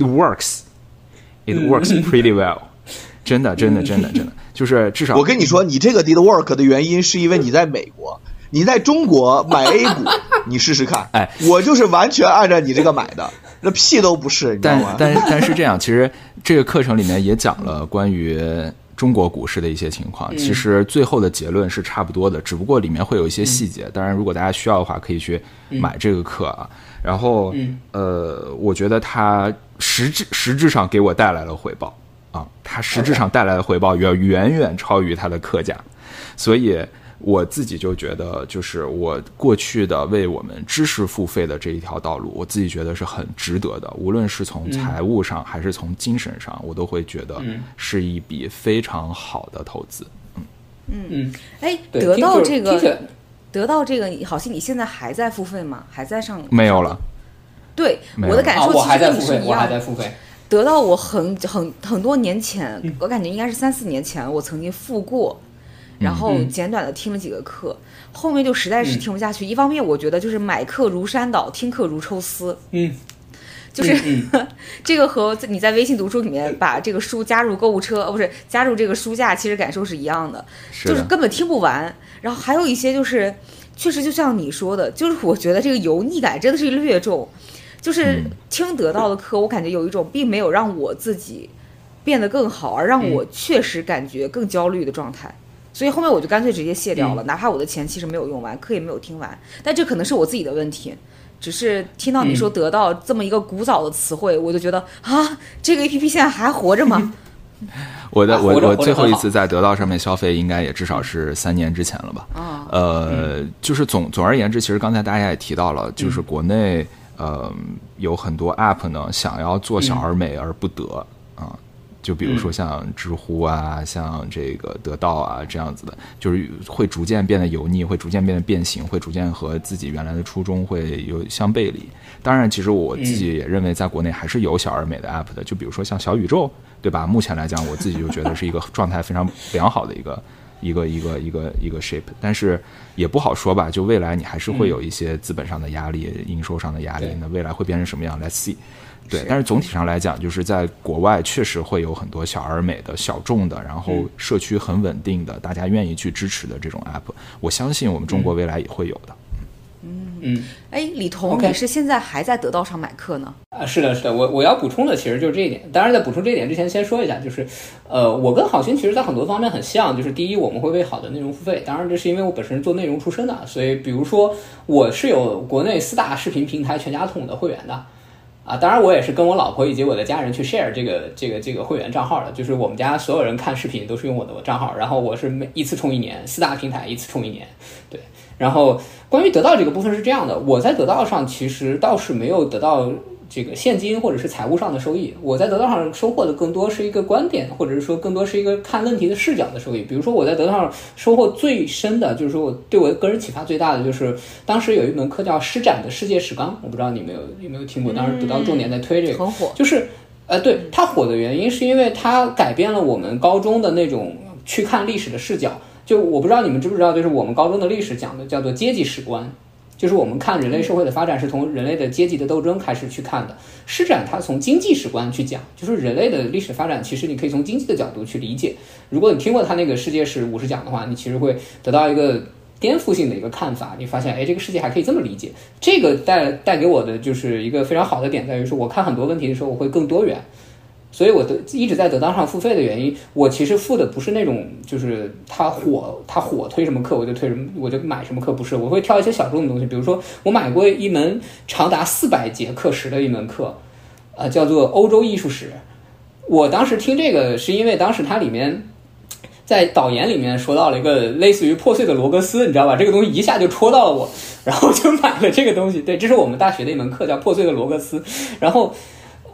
works，it works pretty well， 真的真的真的真的，就是至少我跟你说，你这个 did work 的原因是因为你在美国。你在中国买 A 股，你试试看。 哎， 我就是完全按照你这个买的，那屁都不是，你知道吗？ 但但但是这样，其实这个课程里面也讲了关于中国股市的一些情况。 嗯、 其实最后的结论是差不多的，只不过里面会有一些细节。嗯、当然，如果大家需要的话，可以去买这个课啊。嗯、然后， 嗯、 呃，我觉得它实质实质上给我带来了回报啊，它实质上带来的回报远远远超于它的课价，所以。我自己就觉得，就是我过去的为我们知识付费的这一条道路，我自己觉得是很值得的。无论是从财务上还是从精神上，我都会觉得是一笔非常好的投资。 嗯嗯，哎，得到这个，得到这个，你好像你现在还在付费吗？还在上？ 没有了。 对，我的感受其实跟你是一样。 我还在付费。 得到我很很很多年前，嗯、我感觉应该是三四年前，我曾经付过。然后简短的听了几个课，嗯、后面就实在是听不下去。嗯、一方面，我觉得就是买课如山倒，听课如抽丝。 嗯， 就是、 嗯嗯、这个和你在微信读书里面把这个书加入购物车，哦，不是加入这个书架，其实感受是一样的， 是就是根本听不完。然后还有一些就是，确实就像你说的，就是我觉得这个油腻感真的是略重。就是听得到的课，我感觉有一种并没有让我自己变得更好，而让我确实感觉更焦虑的状态。所以后面我就干脆直接卸掉了，嗯、哪怕我的钱其实没有用完，课也没有听完，但这可能是我自己的问题。只是听到你说得到这么一个古早的词汇，嗯、我就觉得啊，这个 A P P 现在还活着吗？ 我的我我最后一次在得到上面消费，应该也至少是三年之前了吧？ 啊， 呃，嗯、就是总总而言之，其实刚才大家也提到了，就是国内、嗯、呃有很多 App 呢想要做小而美而不得啊。嗯就比如说像知乎啊、嗯、像这个得到啊这样子的，就是会逐渐变得油腻，会逐渐变得变形，会逐渐和自己原来的初衷会有相背离。当然其实我自己也认为在国内还是有小而美的 app 的，就比如说像小宇宙，对吧？目前来讲我自己就觉得是一个状态非常良好的一个一个一个一个一个 shape， 但是也不好说吧，就未来你还是会有一些资本上的压力、嗯、营收上的压力，那未来会变成什么样 Let's see。对，但是总体上来讲，就是在国外确实会有很多小而美的、小众的，然后社区很稳定的，大家愿意去支持的这种 app， 我相信我们中国未来也会有的。 嗯嗯，哎，李彤， okay. 你是现在还在得到上买课呢？ 啊，是的，是的，我我要补充的其实就是这一点。当然，在补充这一点之前，先说一下，就是呃，我跟郝鑫其实在很多方面很像，就是第一，我们会为好的内容付费。当然，这是因为我本身做内容出身的，所以比如说我是有国内四大视频平台全家桶的会员的。啊，当然我也是跟我老婆以及我的家人去 share 这个这个这个会员账号的，就是我们家所有人看视频都是用我的账号，然后我是每一次充一年，四大平台一次充一年，对。然后关于得到这个部分是这样的，我在得到上其实倒是没有得到这个现金或者是财务上的收益，我在得到上收获的更多是一个观点，或者是说更多是一个看问题的视角的收益。比如说我在得到上收获最深的，就是说我对我个人启发最大的，就是当时有一门课叫施展的世界史纲，我不知道你们有有没有听过，当时得到重点在推这个， 很火， 就是呃，对，它火的原因是因为它改变了我们高中的那种去看历史的视角。就我不知道你们知不知道，就是我们高中的历史讲的叫做阶级史观，就是我们看人类社会的发展是从人类的阶级的斗争开始去看的。施展它从经济史观去讲，就是人类的历史发展其实你可以从经济的角度去理解。如果你听过他那个世界史五十讲的话，你其实会得到一个颠覆性的一个看法，你发现哎，这个世界还可以这么理解。这个带带给我的就是一个非常好的点，在于说我看很多问题的时候我会更多元。所以我的一直在得到上付费的原因，我其实付的不是那种就是他火他火推什么课我就推什么我就买什么课，不是，我会挑一些小众的东西。比如说我买过一门长达四百节课时的一门课，呃，叫做欧洲艺术史。我当时听这个是因为当时它里面在导言里面说到了一个类似于破碎的罗格斯，你知道吧？这个东西一下就戳到了我，然后就买了这个东西。对，这是我们大学的一门课叫破碎的罗格斯。然后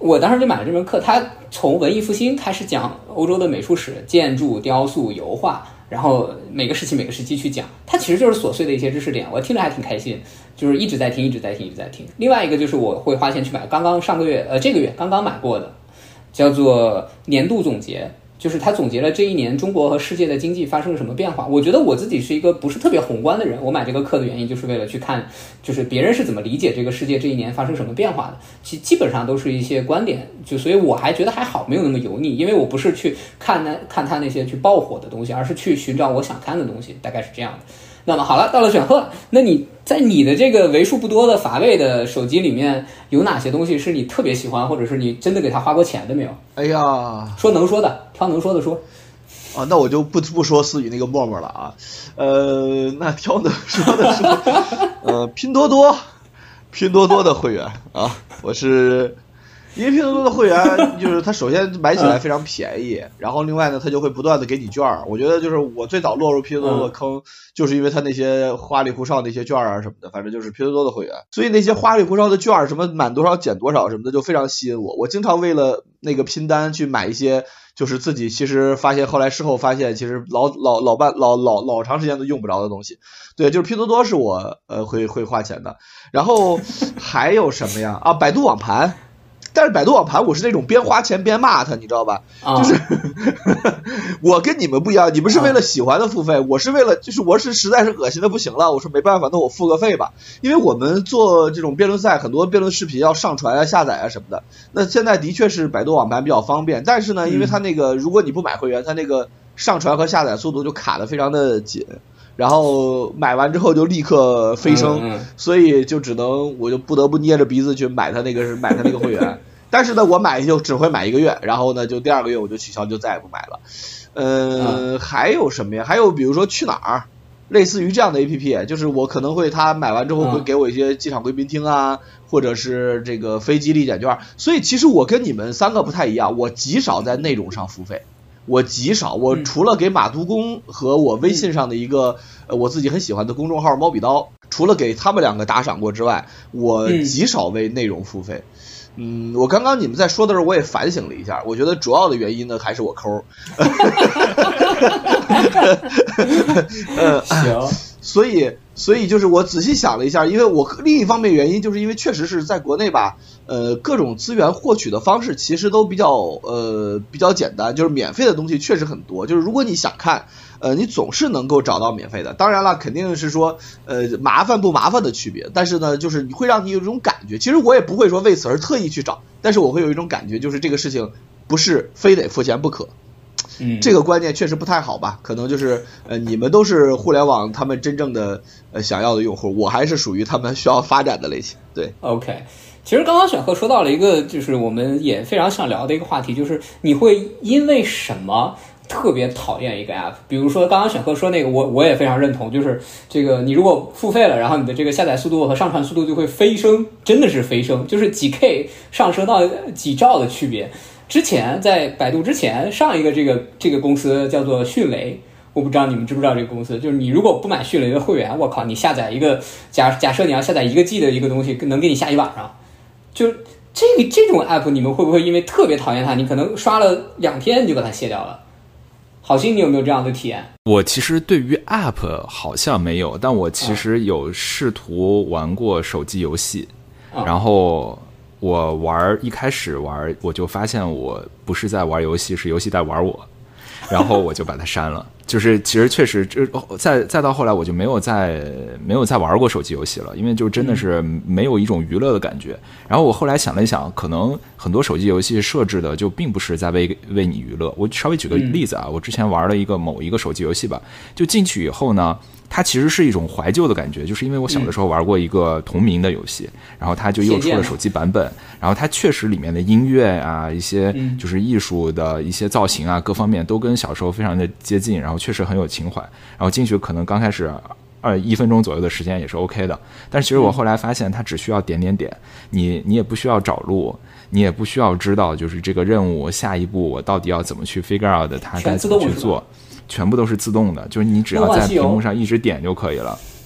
我当时就买了这门课，他从文艺复兴开始讲欧洲的美术史，建筑、雕塑、油画，然后每个时期每个时期去讲，它其实就是琐碎的一些知识点，我听着还挺开心，就是一直在听一直在听一直在听。另外一个就是我会花钱去买刚刚上个月呃这个月刚刚买过的，叫做年度总结，就是他总结了这一年中国和世界的经济发生了什么变化。我觉得我自己是一个不是特别宏观的人，我买这个课的原因就是为了去看就是别人是怎么理解这个世界这一年发生什么变化的，其基本上都是一些观点，就所以我还觉得还好，没有那么油腻，因为我不是去看那看他那些去爆火的东西，而是去寻找我想看的东西，大概是这样的。那么好了，到了选课，那你在你的这个为数不多的乏味的手机里面，有哪些东西是你特别喜欢，或者是你真的给他花过钱的没有？ 哎呀， 说能说的，挑能说的说。 啊，那我就不不说思雨那个陌陌了啊，呃，那挑能说的是，呃，拼多多，拼多多的会员啊，我是。因为拼多多的会员就是它首先买起来非常便宜，然后另外呢它就会不断的给你券儿。我觉得就是我最早落入拼多多的坑，就是因为它那些花里胡哨那些券啊什么的，反正就是拼多多的会员，所以那些花里胡哨的券儿什么满多少减多少什么的就非常吸引我。我经常为了那个拼单去买一些就是自己其实发现后来事后发现其实老老老半老老老长时间都用不着的东西。对，就是拼多多是我呃会会花钱的。然后还有什么呀？啊，百度网盘。但是百度网盘我是那种边花钱边骂它，你知道吧？ 啊、 就是我跟你们不一样，你们是为了喜欢的付费，啊、我是为了就是我是实在是恶心的不行了，我说没办法，那我付个费吧。因为我们做这种辩论赛，很多辩论视频要上传啊、下载啊什么的。那现在的确是百度网盘比较方便，但是呢，因为它那个如果你不买会员，它那个上传和下载速度就卡得非常的紧。然后买完之后就立刻飞升， 嗯嗯、 所以就只能我就不得不捏着鼻子去买他那个买他那个会员。但是呢，我买就只会买一个月，然后呢，就第二个月我就取消，就再也不买了。嗯，还有什么呀？还有比如说去哪儿，类似于这样的 A P P， 就是我可能会他买完之后会给我一些机场贵宾厅啊，或者是这个飞机立减券。所以其实我跟你们三个不太一样，我极少在内容上付费。我极少，我除了给马都公和我微信上的一个、嗯、呃我自己很喜欢的公众号猫笔刀，除了给他们两个打赏过之外，我极少为内容付费。嗯，我刚刚你们在说的时候，我也反省了一下，我觉得主要的原因呢还是我抠。呃， 行。 所以，所以就是我仔细想了一下，因为我另一方面原因就是因为确实是在国内吧，呃，各种资源获取的方式其实都比较呃比较简单，就是免费的东西确实很多，就是如果你想看，呃，你总是能够找到免费的。当然了，肯定是说呃麻烦不麻烦的区别，但是呢，就是你会让你有一种感觉。其实我也不会说为此而特意去找，但是我会有一种感觉，就是这个事情不是非得付钱不可。 嗯， 这个观念确实不太好吧？可能就是呃，你们都是互联网他们真正的呃想要的用户，我还是属于他们需要发展的类型。对 ，OK。其实刚刚选课说到了一个，就是我们也非常想聊的一个话题，就是你会因为什么特别讨厌一个 app？ 比如说刚刚选课说那个，我我也非常认同，就是这个你如果付费了，然后你的这个下载速度和上传速度就会飞升，真的是飞升，就是几 K 上升到几兆的区别。之前在百度之前上一个这个这个公司叫做迅雷，我不知道你们知不知道这个公司，就是你如果不买迅雷的会员，我靠，你下载一个假假设你要下载一个 G 的一个东西，能给你下一晚上。就这个这种 app， 你们会不会因为特别讨厌它，你可能刷了两天你就把它卸掉了？好心，你有没有这样的体验？ 我其实对于 app 好像没有，但我其实有试图玩过手机游戏， 嗯、 然后我玩一开始玩我就发现我不是在玩游戏，是游戏在玩我，然后我就把它删了。就是其实确实再再到后来我就没有再没有再玩过手机游戏了，因为就真的是没有一种娱乐的感觉。然后我后来想了一想，可能很多手机游戏设置的就并不是在为为你娱乐。我稍微举个例子啊，我之前玩了一个某一个手机游戏吧，就进去以后呢，它其实是一种怀旧的感觉，就是因为我小的时候玩过一个同名的游戏，然后它就又出了手机版本，然后它确实里面的音乐啊，一些就是艺术的一些造型啊，各方面都跟小时候非常的接近，然后确实很有情怀。然后进去可能刚开始二一分钟左右的时间也是 OK 的，但是其实我后来发现它只需要点点点，你你也不需要找路，你也不需要知道就是这个任务下一步我到底要怎么去 figure out 的，它该怎么去做。全部都是自动的，就是你只要在屏幕上一直点就可以了。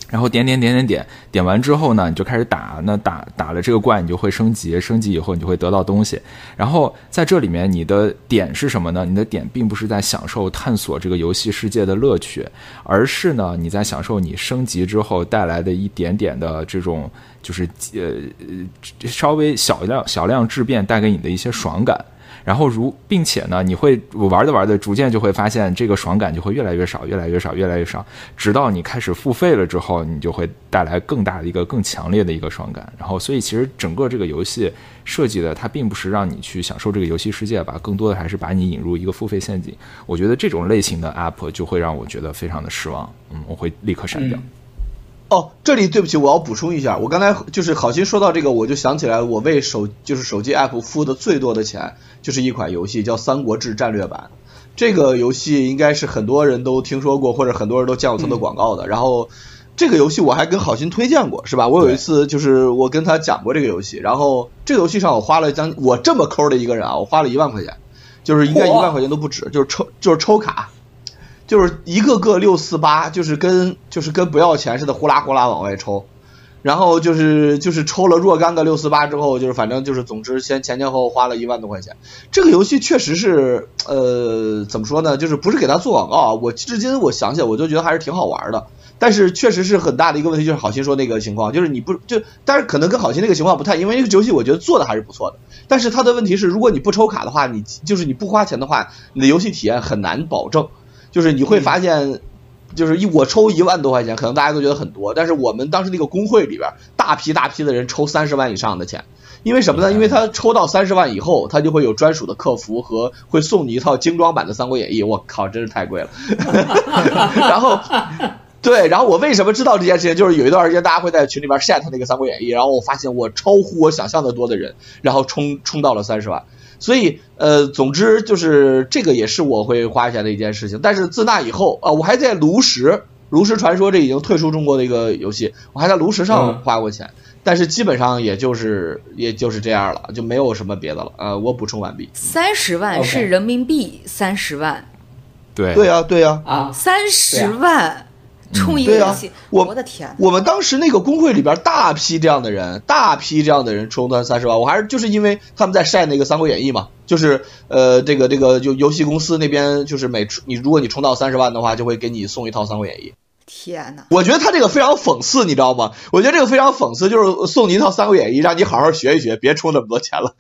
然后点点点点点点完之后呢，你就开始打，那打打了这个怪，你就会升级，升级以后你就会得到东西。然后在这里面，你的点是什么呢？你的点并不是在享受探索这个游戏世界的乐趣，而是呢你在享受你升级之后带来的一点点的这种就是呃稍微小量小量质变带给你的一些爽感。然后如并且呢，你会玩着玩着，逐渐就会发现这个爽感就会越来越少，越来越少，越来越少，直到你开始付费了之后，你就会带来更大的一个更强烈的一个爽感。然后，所以其实整个这个游戏设计的，它并不是让你去享受这个游戏世界吧，更多的还是把你引入一个付费陷阱。我觉得这种类型的 app 就会让我觉得非常的失望，嗯，我会立刻删掉。 嗯哦，这里对不起，我要补充一下，我刚才就是好心说到这个，我就想起来，我为手就是手机 app 付的最多的钱，就是一款游戏叫《三国志战略版》。这个游戏应该是很多人都听说过，或者很多人都见过它的广告的。嗯、然后这个游戏我还跟好心推荐过，是吧？我有一次就是我跟他讲过这个游戏，然后这个游戏上我花了将我这么抠的一个人啊，我花了一万块钱，就是应该一万块钱都不止，就是抽就是抽卡。就是一个个六四八，就是跟就是跟不要钱似的，呼啦呼啦往外抽，然后就是就是抽了若干个六四八之后，就是反正就是总之先前前后后花了一万多块钱。这个游戏确实是呃怎么说呢，就是不是给他做广告啊，我至今我想起来我就觉得还是挺好玩的。但是确实是很大的一个问题，就是好心说那个情况，就是你不就，但是可能跟好心那个情况不太，因为这个游戏我觉得做的还是不错的。但是它的问题是，如果你不抽卡的话，你就是你不花钱的话，你的游戏体验很难保证。就是你会发现，就是一我抽一万多块钱，可能大家都觉得很多，但是我们当时那个公会里边，大批大批的人抽三十万以上的钱，因为什么呢？因为他抽到三十万以后，他就会有专属的客服和会送你一套精装版的《三国演义》。我靠，真是太贵了。然后，对，然后我为什么知道这件事情？就是有一段时间大家会在群里边 chat 那个《三国演义》，然后我发现我超乎我想象的多的人，然后冲冲到了三十万。所以呃，总之就是这个也是我会花钱的一件事情。但是自那以后啊、呃，我还在炉石，炉石传说这已经退出中国的一个游戏，我还在炉石上花过钱，嗯、但是基本上也就是也就是这样了，就没有什么别的了。呃，我补充完毕。 三十万是人民币三十万， 对对呀对呀啊， 三十万。冲一个游戏、嗯啊， 我我的天！ 我们当时那个公会里边大批这样的人，大批这样的人冲到三十万，我还是就是因为他们在晒那个《三国演义》嘛，就是呃这个这个就游戏公司那边就是每你如果你冲到三十万的话，就会给你送一套《三国演义》。 天哪！ 我觉得他这个非常讽刺，你知道吗？我觉得这个非常讽刺，就是送你一套《三国演义》，让你好好学一学，别充那么多钱了。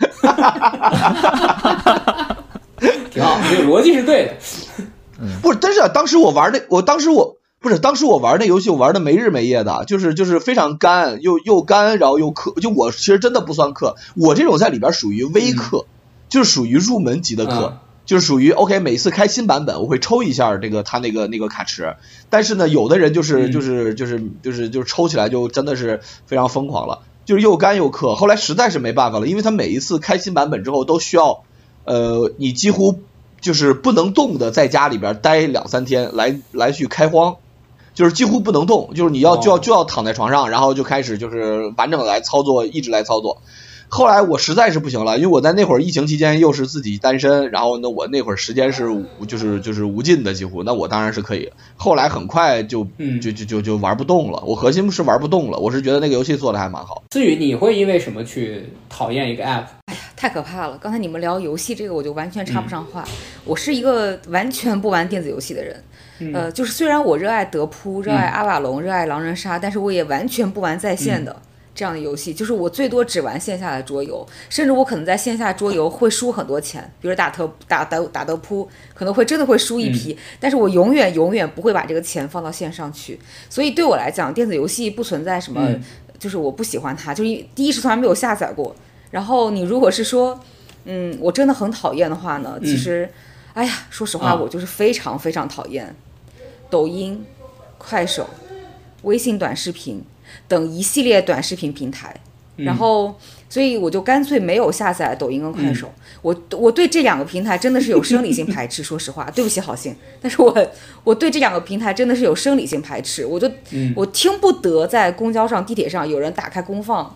挺好，这个逻辑是对的。 不是，但是、啊、当时我玩那，我当时我。不是，当时我玩那游戏，我玩的没日没夜的，就是就是非常干，又又干，然后又氪。就我其实真的不算氪，我这种在里边属于微氪，嗯、就是属于入门级的氪，嗯、就是属于 OK。每次开新版本，我会抽一下这个他那个那个卡池。但是呢，有的人就是就是就是就是就是抽起来就真的是非常疯狂了，就是又干又氪。后来实在是没办法了，因为他每一次开新版本之后都需要，呃，你几乎就是不能动的在家里边待两三天来来去开荒。就是几乎不能动，就是你要就要就要躺在床上，然后就开始就是完整的来操作，一直来操作。后来我实在是不行了，因为我在那会儿疫情期间又是自己单身，然后呢我那会儿时间是就是就是无尽的几乎，那我当然是可以。后来很快就就就就就玩不动了，我核心是玩不动了，我是觉得那个游戏做的还蛮好。 思雨，你会因为什么去讨厌一个 app？ 哎呀，太可怕了！刚才你们聊游戏这个，我就完全插不上话。嗯、我是一个完全不玩电子游戏的人。呃，就是虽然我热爱德扑，热爱阿瓦隆，嗯、热爱狼人杀，但是我也完全不玩在线的。嗯这样的游戏，就是我最多只玩线下的桌游，甚至我可能在线下桌游会输很多钱，比如打特打打打德扑，可能会真的会输一批，嗯、但是我永远永远不会把这个钱放到线上去。所以对我来讲，电子游戏不存在什么，嗯、就是我不喜欢它，就是第一是从来没有下载过。然后你如果是说，嗯，我真的很讨厌的话呢，其实，嗯、哎呀，说实话，我就是非常非常讨厌抖音、快手、微信短视频等一系列短视频平台，然后所以我就干脆没有下载抖音跟快手。嗯、我我对这两个平台真的是有生理性排斥，说实话，对不起好心，但是我我对这两个平台真的是有生理性排斥，我就、嗯、我听不得在公交上、地铁上有人打开公放，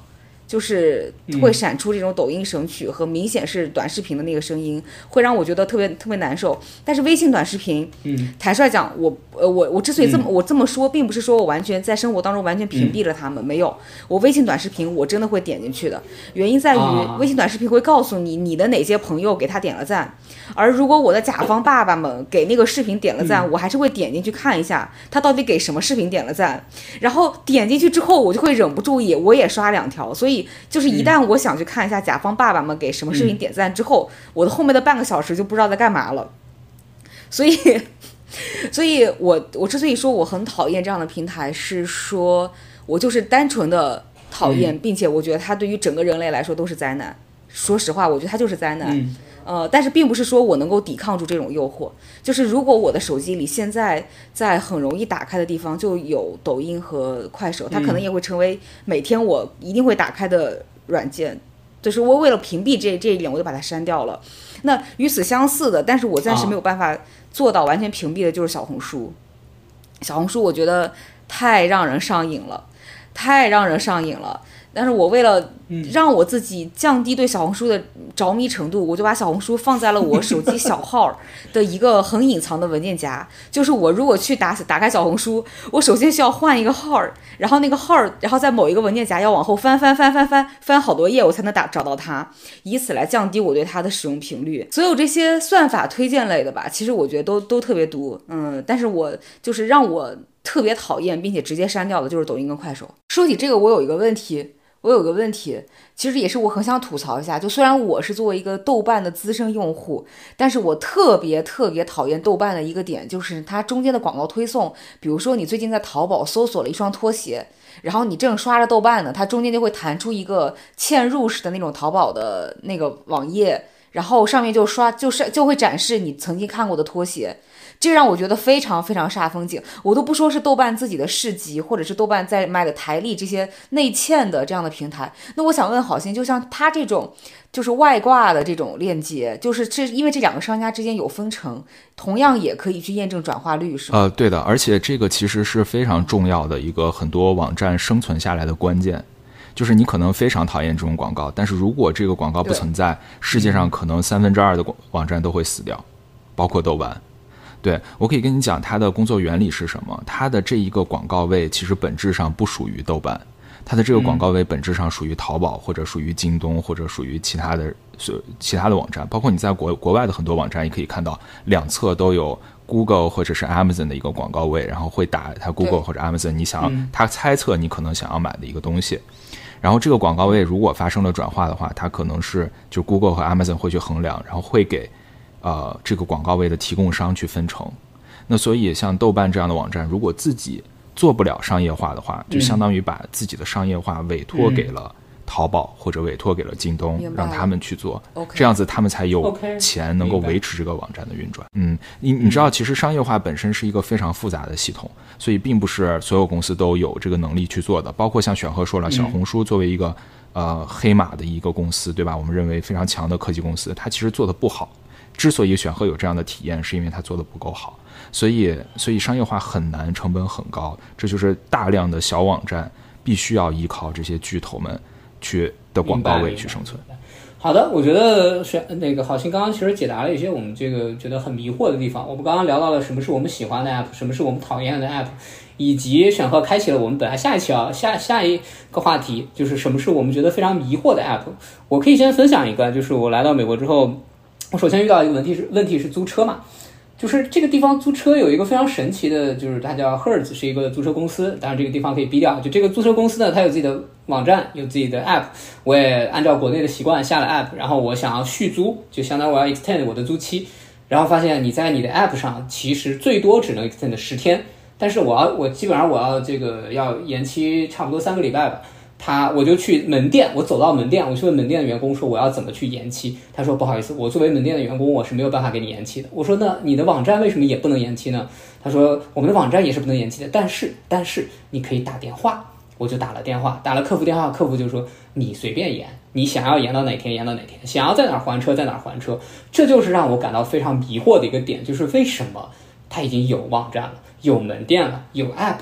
就是会闪出这种抖音神曲和明显是短视频的那个声音，会让我觉得特别特别难受。但是微信短视频， 嗯， 坦率讲，我呃我我之所以这么、 嗯、 我这么说，并不是说我完全在生活当中完全屏蔽了他们，嗯、没有。我微信短视频我真的会点进去的，原因在于、啊、微信短视频会告诉你你的哪些朋友给他点了赞，而如果我的甲方爸爸们给那个视频点了赞，嗯、我还是会点进去看一下他到底给什么视频点了赞，然后点进去之后我就会忍不住也我也刷两条，所以就是一旦我想去看一下甲方爸爸们给什么视频点赞之后，嗯、我的后面的半个小时就不知道在干嘛了。所以，所以我我之所以说我很讨厌这样的平台，是说我就是单纯的讨厌， 嗯、 并且我觉得它对于整个人类来说都是灾难。说实话，我觉得它就是灾难。 嗯呃，但是并不是说我能够抵抗住这种诱惑，就是如果我的手机里现在在很容易打开的地方就有抖音和快手，它可能也会成为每天我一定会打开的软件，就是我为了屏蔽这这一点，我就把它删掉了。那与此相似的，但是我暂时没有办法做到完全屏蔽的，就是小红书。小红书我觉得太让人上瘾了，太让人上瘾了。但是我为了让我自己降低对小红书的着迷程度，我就把小红书放在了我手机小号的一个很隐藏的文件夹。就是我如果去打打开小红书，我首先需要换一个号，然后那个号，然后在某一个文件夹要往后翻翻翻翻翻翻好多页，我才能打找到它，以此来降低我对它的使用频率。所有这些算法推荐类的吧，其实我觉得都都特别毒，嗯，但是我就是让我特别讨厌并且直接删掉的就是抖音跟快手。说起这个，我有一个问题。我有个问题，其实也是我很想吐槽一下，就虽然我是作为一个豆瓣的资深用户，但是我特别特别讨厌豆瓣的一个点，就是它中间的广告推送。比如说你最近在淘宝搜索了一双拖鞋，然后你正刷着豆瓣呢，它中间就会弹出一个嵌入式的那种淘宝的那个网页，然后上面就刷就是就会展示你曾经看过的拖鞋。这让我觉得非常非常煞风景。我都不说是豆瓣自己的市集，或者是豆瓣在卖的台历这些内嵌的这样的平台，那我想问好心，就像它这种就是外挂的这种链接，就是这因为这两个商家之间有分成，同样也可以去验证转化率，是吗？ 呃，对的，而且这个其实是非常重要的一个很多网站生存下来的关键。就是你可能非常讨厌这种广告，但是如果这个广告不存在，世界上可能三分之二的网站都会死掉，包括豆瓣。对，我可以跟你讲它的工作原理是什么。它的这一个广告位其实本质上不属于豆瓣，它的这个广告位本质上属于淘宝，或者属于京东，或者属于其他的其他的网站。包括你在国国外的很多网站也可以看到，两侧都有 Google 或者是 Amazon 的一个广告位，然后会打它 Google 或者 Amazon 你想它猜测你可能想要买的一个东西。然后这个广告位如果发生了转化的话，它可能是就 Google 和 Amazon 会去衡量，然后会给呃，这个广告位的提供商去分成。那所以像豆瓣这样的网站，如果自己做不了商业化的话，就相当于把自己的商业化委托给了淘宝，或者委托给了京东，让他们去做，这样子他们才有钱能够维持这个网站的运转。嗯，你你知道，其实商业化本身是一个非常复杂的系统，所以并不是所有公司都有这个能力去做的。包括像选赫说了，小红书作为一个呃黑马的一个公司，对吧？我们认为非常强的科技公司，它其实做的不好。之所以选赫有这样的体验，是因为它做的不够好，所以所以商业化很难，成本很高，这就是大量的小网站必须要依靠这些巨头们去的广告位去生存。 好的，我觉得选那个好心刚刚其实解答了一些我们这个觉得很迷惑的地方。我们刚刚聊到了什么是我们喜欢的 app， 什么是我们讨厌的 app， 以及选赫开启了我们本来下一期啊下下一个话题，就是什么是我们觉得非常迷惑的 app。我可以先分享一个，就是我来到美国之后。我首先遇到一个问题是，问题是租车嘛，就是这个地方租车有一个非常神奇的，就是它叫 Hertz， 是一个租车公司，当然这个地方可以逼掉。就这个租车公司呢，它有自己的网站，有自己的 app， 我也按照国内的习惯下了 app， 然后我想要续租，就相当于我要 extend 我的租期，然后发现你在你的 app 上其实最多只能 extend 十天，但是我要我基本上我要这个要延期差不多三个礼拜吧。他我就去门店，我走到门店，我去问门店的员工说我要怎么去延期。他说不好意思，我作为门店的员工我是没有办法给你延期的。我说那你的网站为什么也不能延期呢？他说我们的网站也是不能延期的，但是但是你可以打电话。我就打了电话，打了客服电话，客服就说你随便延，你想要延到哪天延到哪天，想要在哪儿还车在哪儿还车。这就是让我感到非常迷惑的一个点，就是为什么他已经有网站了，有门店了，有 app 了，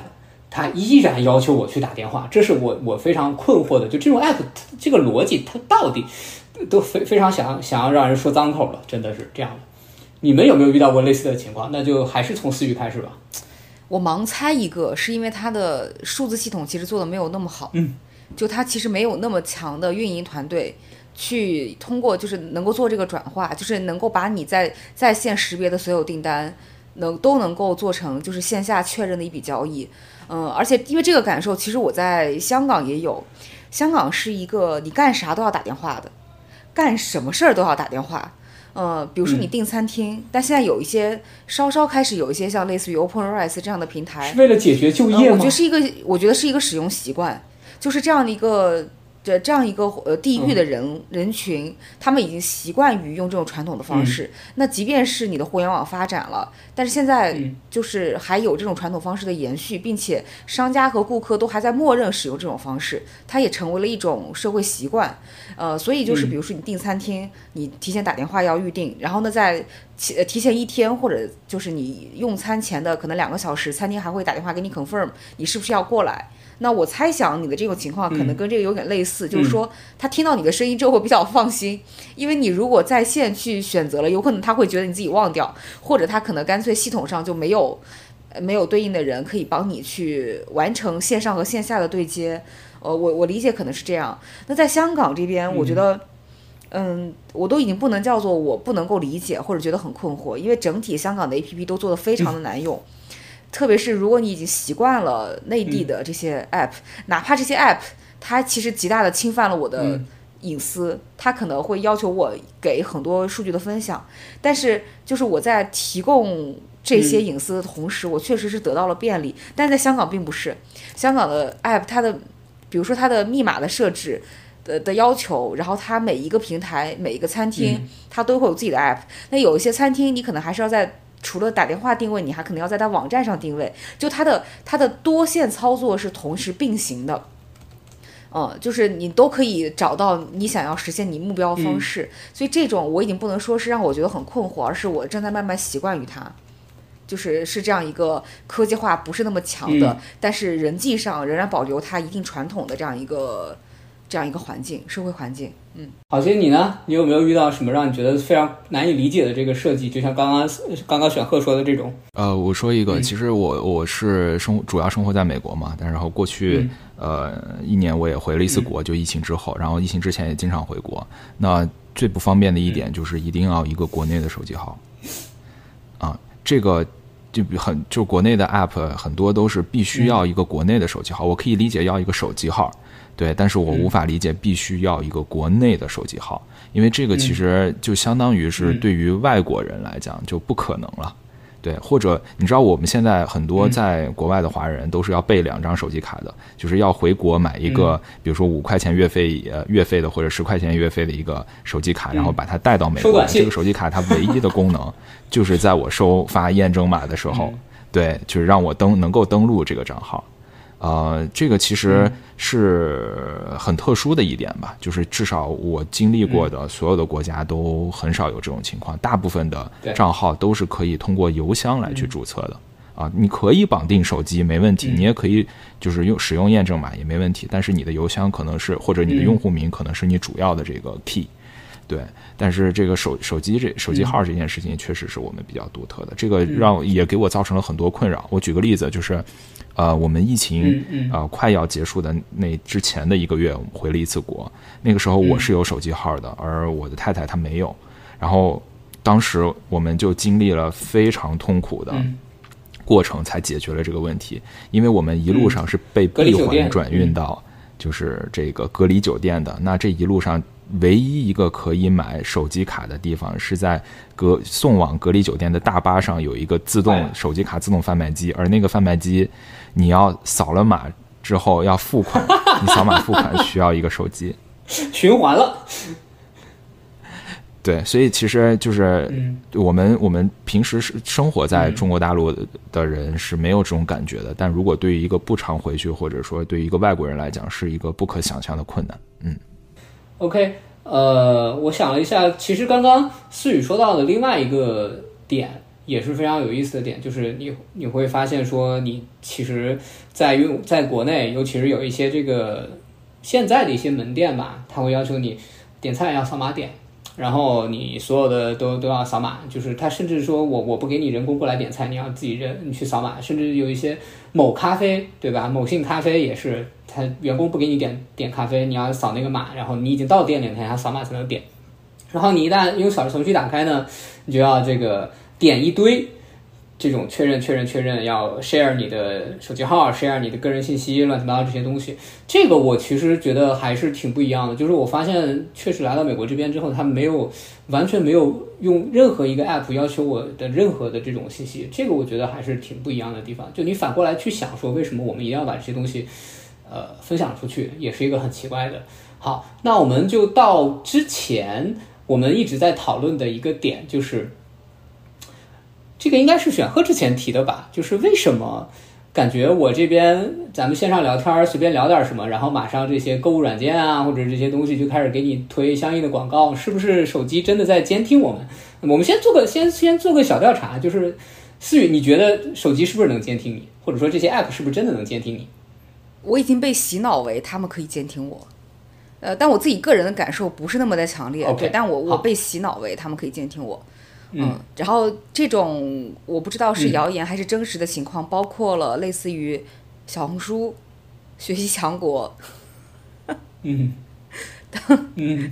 他依然要求我去打电话，这是我我非常困惑的。就这种 app 这个逻辑，它到底都非非常想想要让人说脏口了，真的是这样的。你们有没有遇到过类似的情况？那就还是从思雨开始吧。 我盲猜一个，是因为它的数字系统其实做的没有那么好， 嗯， 就它其实没有那么强的运营团队去通过就是能够做这个转化，就是能够把你在在线识别的所有订单能都能够做成就是线下确认的一笔交易。嗯，而且因为这个感受，其实我在香港也有，香港是一个你干啥都要打电话的，干什么事儿都要打电话。呃，比如说你订餐厅，嗯、但现在有一些稍稍开始有一些像类似于 OpenRice 这样的平台， 是为了解决就业吗？ 呃、我觉得是一个，我觉得是一个使用习惯，就是这样的一个这这样一个呃地域的人、嗯、人群，他们已经习惯于用这种传统的方式。嗯、那即便是你的互联网发展了，但是现在就是还有这种传统方式的延续，并且商家和顾客都还在默认使用这种方式，它也成为了一种社会习惯。呃，所以就是比如说你订餐厅，嗯、你提前打电话要预定，然后呢在提提前一天或者就是你用餐前的可能两个小时，餐厅还会打电话给你 confirm 你是不是要过来。那我猜想你的这种情况可能跟这个有点类似，嗯、就是说他听到你的声音之后会比较放心，因为你如果在线去选择了，有可能他会觉得你自己忘掉，或者他可能干脆系统上就没有没有对应的人可以帮你去完成线上和线下的对接。呃，我我理解可能是这样。那在香港这边，我觉得，嗯，我都已经不能叫做我不能够理解或者觉得很困惑，因为整体香港的 A P P 都做得非常的难用。嗯特别是如果你已经习惯了内地的这些 app，嗯、哪怕这些 app 它其实极大的侵犯了我的隐私，嗯、它可能会要求我给很多数据的分享，但是就是我在提供这些隐私的同时，嗯、我确实是得到了便利。但是在香港并不是，香港的 app 它的比如说它的密码的设置的的要求，然后它每一个平台每一个餐厅，嗯、它都会有自己的 app， 那有一些餐厅你可能还是要在除了打电话定位，你还可能要在它网站上定位，就它的它的多线操作是同时并行的，嗯，就是你都可以找到你想要实现你目标的方式，嗯、所以这种我已经不能说是让我觉得很困惑，而是我正在慢慢习惯于它，就是是这样一个科技化不是那么强的，嗯、但是人际上仍然保留它一定传统的这样一个这样一个环境，社会环境。嗯， 郝杰，你呢？你有没有遇到什么让你觉得非常难以理解的这个设计？就像刚刚刚刚选赫说的这种。 呃，我说一个， 嗯、 其实我我是生主要生活在美国嘛，但然后过去、嗯、呃一年我也回了一次国，嗯、就疫情之后，然后疫情之前也经常回国。那最不方便的一点就是一定要一个国内的手机号，啊、呃，这个。就很就国内的 app 很多都是必须要一个国内的手机号，嗯、我可以理解要一个手机号，对，但是我无法理解必须要一个国内的手机号，因为这个其实就相当于是对于外国人来讲就不可能了。对，或者你知道我们现在很多在国外的华人都是要备两张手机卡的，嗯、就是要回国买一个，嗯、比如说五块钱月费呃月费的或者十块钱月费的一个手机卡，嗯、然后把它带到美国。这个手机卡它唯一的功能就是在我收发验证码的时候，嗯、对，就是让我登能够登录这个账号。呃，这个其实是很特殊的一点吧，就是至少我经历过的所有的国家都很少有这种情况，大部分的账号都是可以通过邮箱来去注册的。啊，你可以绑定手机没问题，你也可以就是用使用验证码也没问题，但是你的邮箱可能是或者你的用户名可能是你主要的这个 key。对，但是这个手手机这手机号这件事情确实是我们比较独特的，这个让也给我造成了很多困扰。我举个例子，就是呃，我们疫情呃快要结束的那之前的一个月，我们回了一次国，那个时候我是有手机号的，而我的太太她没有，然后当时我们就经历了非常痛苦的过程才解决了这个问题，因为我们一路上是被闭环转运到就是这个隔离酒店的，那这一路上唯一一个可以买手机卡的地方是在隔送往隔离酒店的大巴上有一个自动手机卡自动贩卖机，而那个贩卖机你要扫了码之后要付款，你扫码付款需要一个手机， 循环了。 对，所以其实就是我们我们平时生活在中国大陆的人是没有这种感觉的，但如果对于一个不常回去或者说对于一个外国人来讲是一个不可想象的困难。嗯 OK， 呃，我想了一下，其实刚刚思雨说到的另外一个点也是非常有意思的点，就是你你会发现说，你其实在用在国内，尤其是有一些这个现在的一些门店吧，他会要求你点菜要扫码点，然后你所有的都都要扫码，就是他甚至说我我不给你人工过来点菜，你要自己人你去扫码，甚至有一些某咖啡对吧，某信咖啡也是，他员工不给你点点咖啡，你要扫那个码，然后你已经到店里，他扫码才能点。然后你一旦用小程序打开呢，你就要这个点一堆这种确认确认确认，要 share 你的手机号 share 你的个人信息，乱七八糟这些东西。这个我其实觉得还是挺不一样的，就是我发现确实来到美国这边之后，他没有完全没有用任何一个 app 要求我的任何的这种信息，这个我觉得还是挺不一样的地方。就你反过来去想说，为什么我们一定要把这些东西呃分享出去，也是一个很奇怪的。好，那我们就到之前我们一直在讨论的一个点，就是这个应该是选赫之前提的吧，就是为什么感觉我这边咱们线上聊天随便聊点什么，然后马上这些购物软件啊或者这些东西就开始给你推相应的广告，是不是手机真的在监听我们？我们先做个先先做个小调查，就是思雨，你觉得手机是不是能监听你，或者说这些 app 是不是真的能监听你？ 我已经被洗脑为他们可以监听我，呃，但我自己个人的感受不是那么的强烈， okay, 对，但我我被洗脑为他们可以监听我。 嗯, 嗯，然后这种我不知道是谣言还是真实的情况，嗯、包括了类似于小红书、学习强国， 嗯嗯，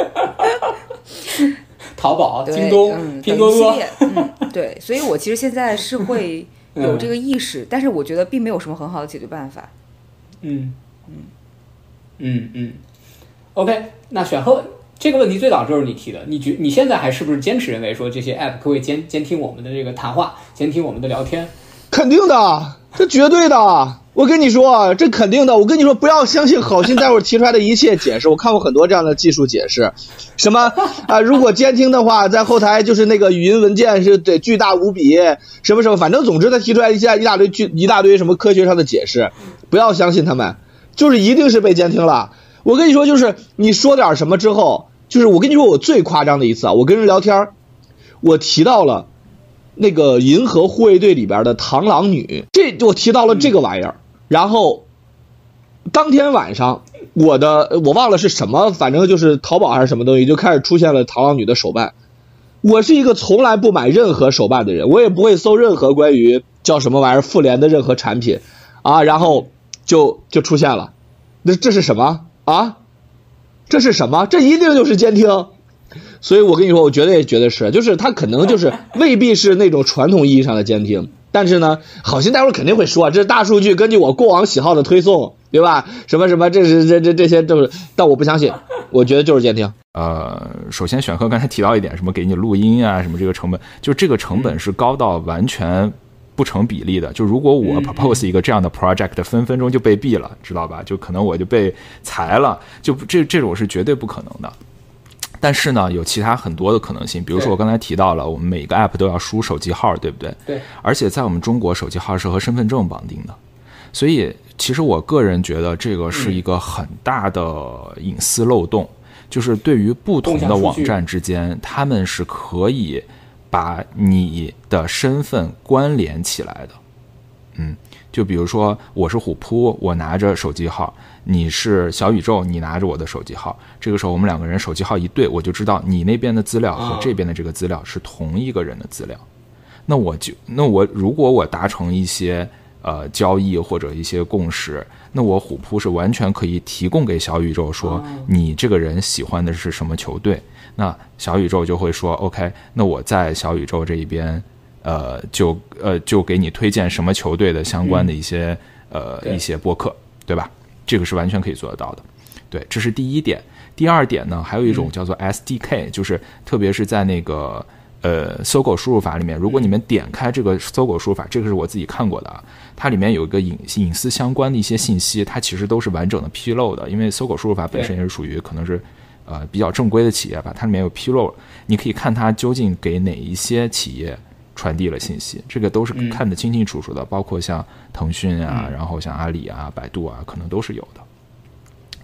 淘宝、京东、 嗯、 拼多多， 嗯，对，所以我其实现在是会有这个意识，嗯、但是我觉得并没有什么很好的解决办法。 嗯嗯嗯嗯 ，OK， 那选赫。这个问题最早就是你提的，你觉你现在还是不是坚持认为说这些 app 可以监监听我们的这个谈话，监听我们的聊天？ 肯定的，这绝对的。我跟你说，这肯定的。我跟你说，不要相信好心待会儿提出来的一切解释。我看过很多这样的技术解释，什么啊、呃，如果监听的话，在后台就是那个语音文件是得巨大无比，什么什么，反正总之他提出来一下一大堆巨一大堆什么科学上的解释，不要相信他们，就是一定是被监听了。我跟你说，就是你说点什么之后。就是我跟你说，我最夸张的一次啊，我跟人聊天，我提到了那个《银河护卫队》里边的螳螂女，这我提到了这个玩意儿，然后当天晚上我的我忘了是什么，反正就是淘宝还是什么东西，就开始出现了螳螂女的手办。我是一个从来不买任何手办的人，我也不会搜任何关于叫什么玩意儿妇联的任何产品啊，然后就就出现了，那这是什么啊？这是什么？这一定就是监听，所以我跟你说，我绝对觉得是，就是它可能就是未必是那种传统意义上的监听，但是呢，好心待会儿肯定会说，这是大数据根据我过往喜好的推送，对吧？什么什么，这是这这这些都是，但我不相信，我觉得就是监听。 呃，首先选课刚才提到一点，什么给你录音啊，什么这个成本，就这个成本是高到完全不成比例的。就如果我 propose 一个这样的 project， 分分钟就被毙了，知道吧？就可能我就被裁了，就这这种是绝对不可能的。但是呢，有其他很多的可能性，比如说我刚才提到了，我们每个 app 都要输手机号，对不对？ 对。 而且在我们中国，手机号是和身份证绑定的，所以其实我个人觉得这个是一个很大的隐私漏洞，嗯、就是对于不同的网站之间，他们是可以把你的身份关联起来的。嗯，就比如说我是虎扑，我拿着手机号，你是小宇宙，你拿着我的手机号，这个时候我们两个人手机号一对，我就知道你那边的资料和这边的这个资料是同一个人的资料。那我就那我如果我达成一些呃交易或者一些共识，那我虎扑是完全可以提供给小宇宙说，你这个人喜欢的是什么球队，那小宇宙就会说 OK， 那我在小宇宙这一边呃，就呃就给你推荐什么球队的相关的一些、嗯、呃一些播客，对吧？这个是完全可以做得到的。对，这是第一点。第二点呢，还有一种叫做 S D K，、嗯、就是特别是在那个呃搜狗输入法里面，如果你们点开这个搜狗输入法，这个是我自己看过的啊，它里面有一个隐隐私相关的一些信息，它其实都是完整的披露的，因为搜狗输入法本身也是属于可能是呃比较正规的企业吧，它里面有披露，你可以看它究竟给哪一些企业传递了信息，这个都是看得清清楚楚的、嗯、包括像腾讯啊、嗯、然后像阿里啊、百度啊，可能都是有的。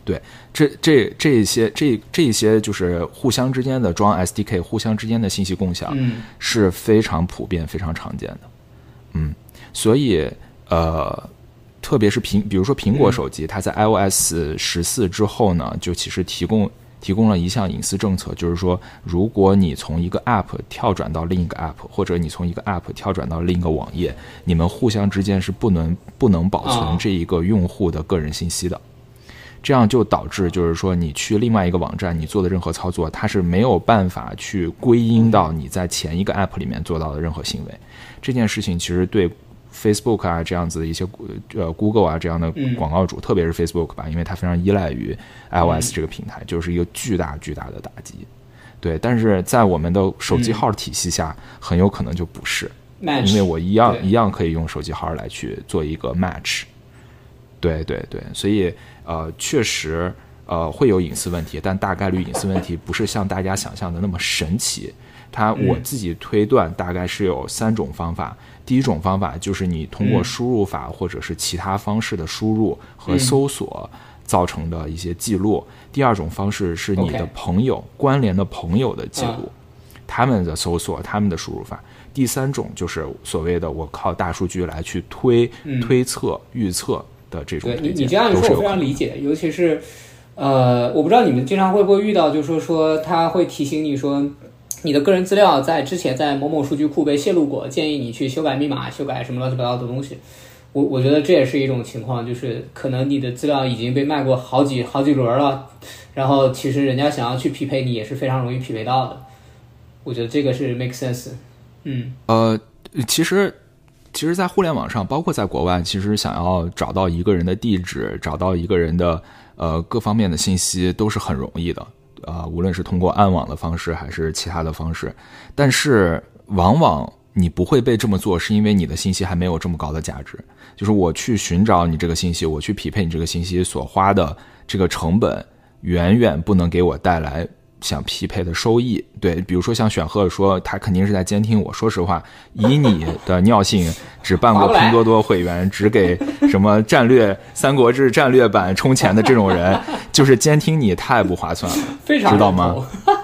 对，这这这一些这这一些就是互相之间的装 S D K， 互相之间的信息共享、 嗯、 是非常普遍、非常常见的。嗯，所以呃，特别是苹，比如说苹果手机，嗯、它在 iOS 十四之后呢，就其实提供提供了一项隐私政策，就是说，如果你从一个 App 跳转到另一个 App， 或者你从一个 App 跳转到另一个网页，你们互相之间是不能不能保存这一个用户的个人信息的。这样就导致就是说你去另外一个网站你做的任何操作，它是没有办法去归因到你在前一个 app 里面做到的任何行为。这件事情其实对 Facebook 啊这样子的一些呃 Google 啊这样的广告主、嗯、特别是 Facebook 吧，因为它非常依赖于 iOS 这个平台、嗯、就是一个巨大巨大的打击。对，但是在我们的手机号体系下、嗯、很有可能就不是，因为我一样一样可以用手机号来去做一个 match。对对对，所以呃，确实呃会有隐私问题，但大概率隐私问题不是像大家想象的那么神奇。它我自己推断大概是有三种方法。第一种方法就是你通过输入法或者是其他方式的输入和搜索造成的一些记录。第二种方式是你的朋友、关联的朋友的记录，他们的搜索、他们的输入法。第三种就是所谓的我靠大数据来去推、推测、预测的这种。 对，你你这样一说我非常理解，尤其是呃，我不知道你们经常会不会遇到，就是说说他会提醒你说你的个人资料在之前在某某数据库被泄露过，建议你去修改密码、修改什么乱七八糟的东西。我我觉得这也是一种情况，就是可能你的资料已经被卖过好几好几轮了，然后其实人家想要去匹配你也是非常容易匹配到的。我觉得这个是 make sense。嗯， 呃，其实。其实在互联网上包括在国外，其实想要找到一个人的地址，找到一个人的呃各方面的信息都是很容易的，呃无论是通过暗网的方式还是其他的方式。但是往往你不会被这么做，是因为你的信息还没有这么高的价值。就是我去寻找你这个信息，我去匹配你这个信息所花的这个成本远远不能给我带来想匹配的收益。对，比如说像选赫说他肯定是在监听我，说实话，以你的尿性只办过拼多多会员，只给什么战略三国志战略版充钱的这种人，就是监听你太不划算了， 非常知道吗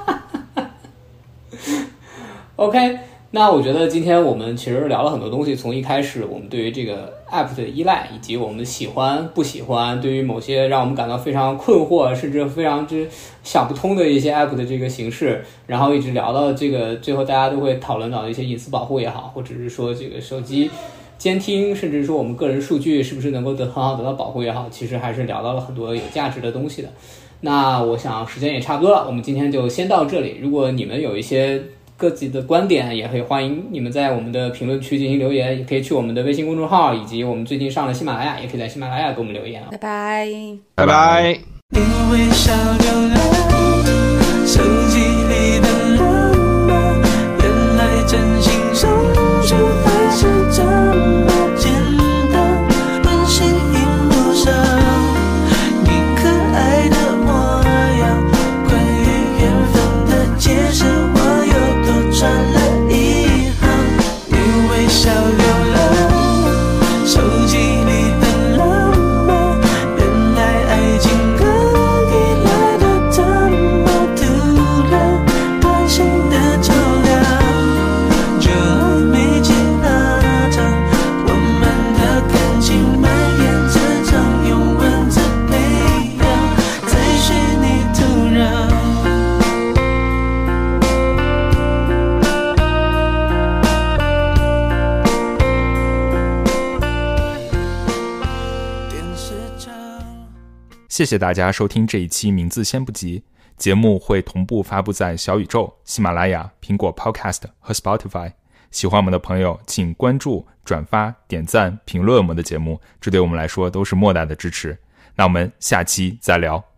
？OK， 那我觉得今天我们其实聊了很多东西，从一开始我们对于这个 App 的依赖，以及我们喜欢不喜欢，对于某些让我们感到非常困惑甚至非常之想不通的一些 App 的这个形式，然后一直聊到这个最后大家都会讨论到一些隐私保护也好，或者是说这个手机监听，甚至说我们个人数据是不是能够得很好得到保护也好，其实还是聊到了很多有价值的东西的。那我想时间也差不多了，我们今天就先到这里。如果你们有一些各自的观点，也可以欢迎你们在我们的评论区进行留言，也可以去我们的微信公众号，以及我们最近上了喜马拉雅，也可以在喜马拉雅给我们留言。 拜拜， 拜拜。 因为小流量，手机里的浪漫，原来真心守住还是这么简单。温馨荧幕上，你可爱的模样，关于缘分的解释。传了一行，因为小流浪，手机里的浪漫，原来爱情刚一来的这么突然，短信的桥梁，就没几那场，我们的感情蔓延成长，用文字培养，在水泥土壤。 谢谢大家收听这一期名字先不急，节目会同步发布在小宇宙、喜马拉雅、苹果 Podcast 和 Spotify。喜欢我们的朋友请关注、转发、点赞、评论我们的节目，这对我们来说都是莫大的支持。那我们下期再聊。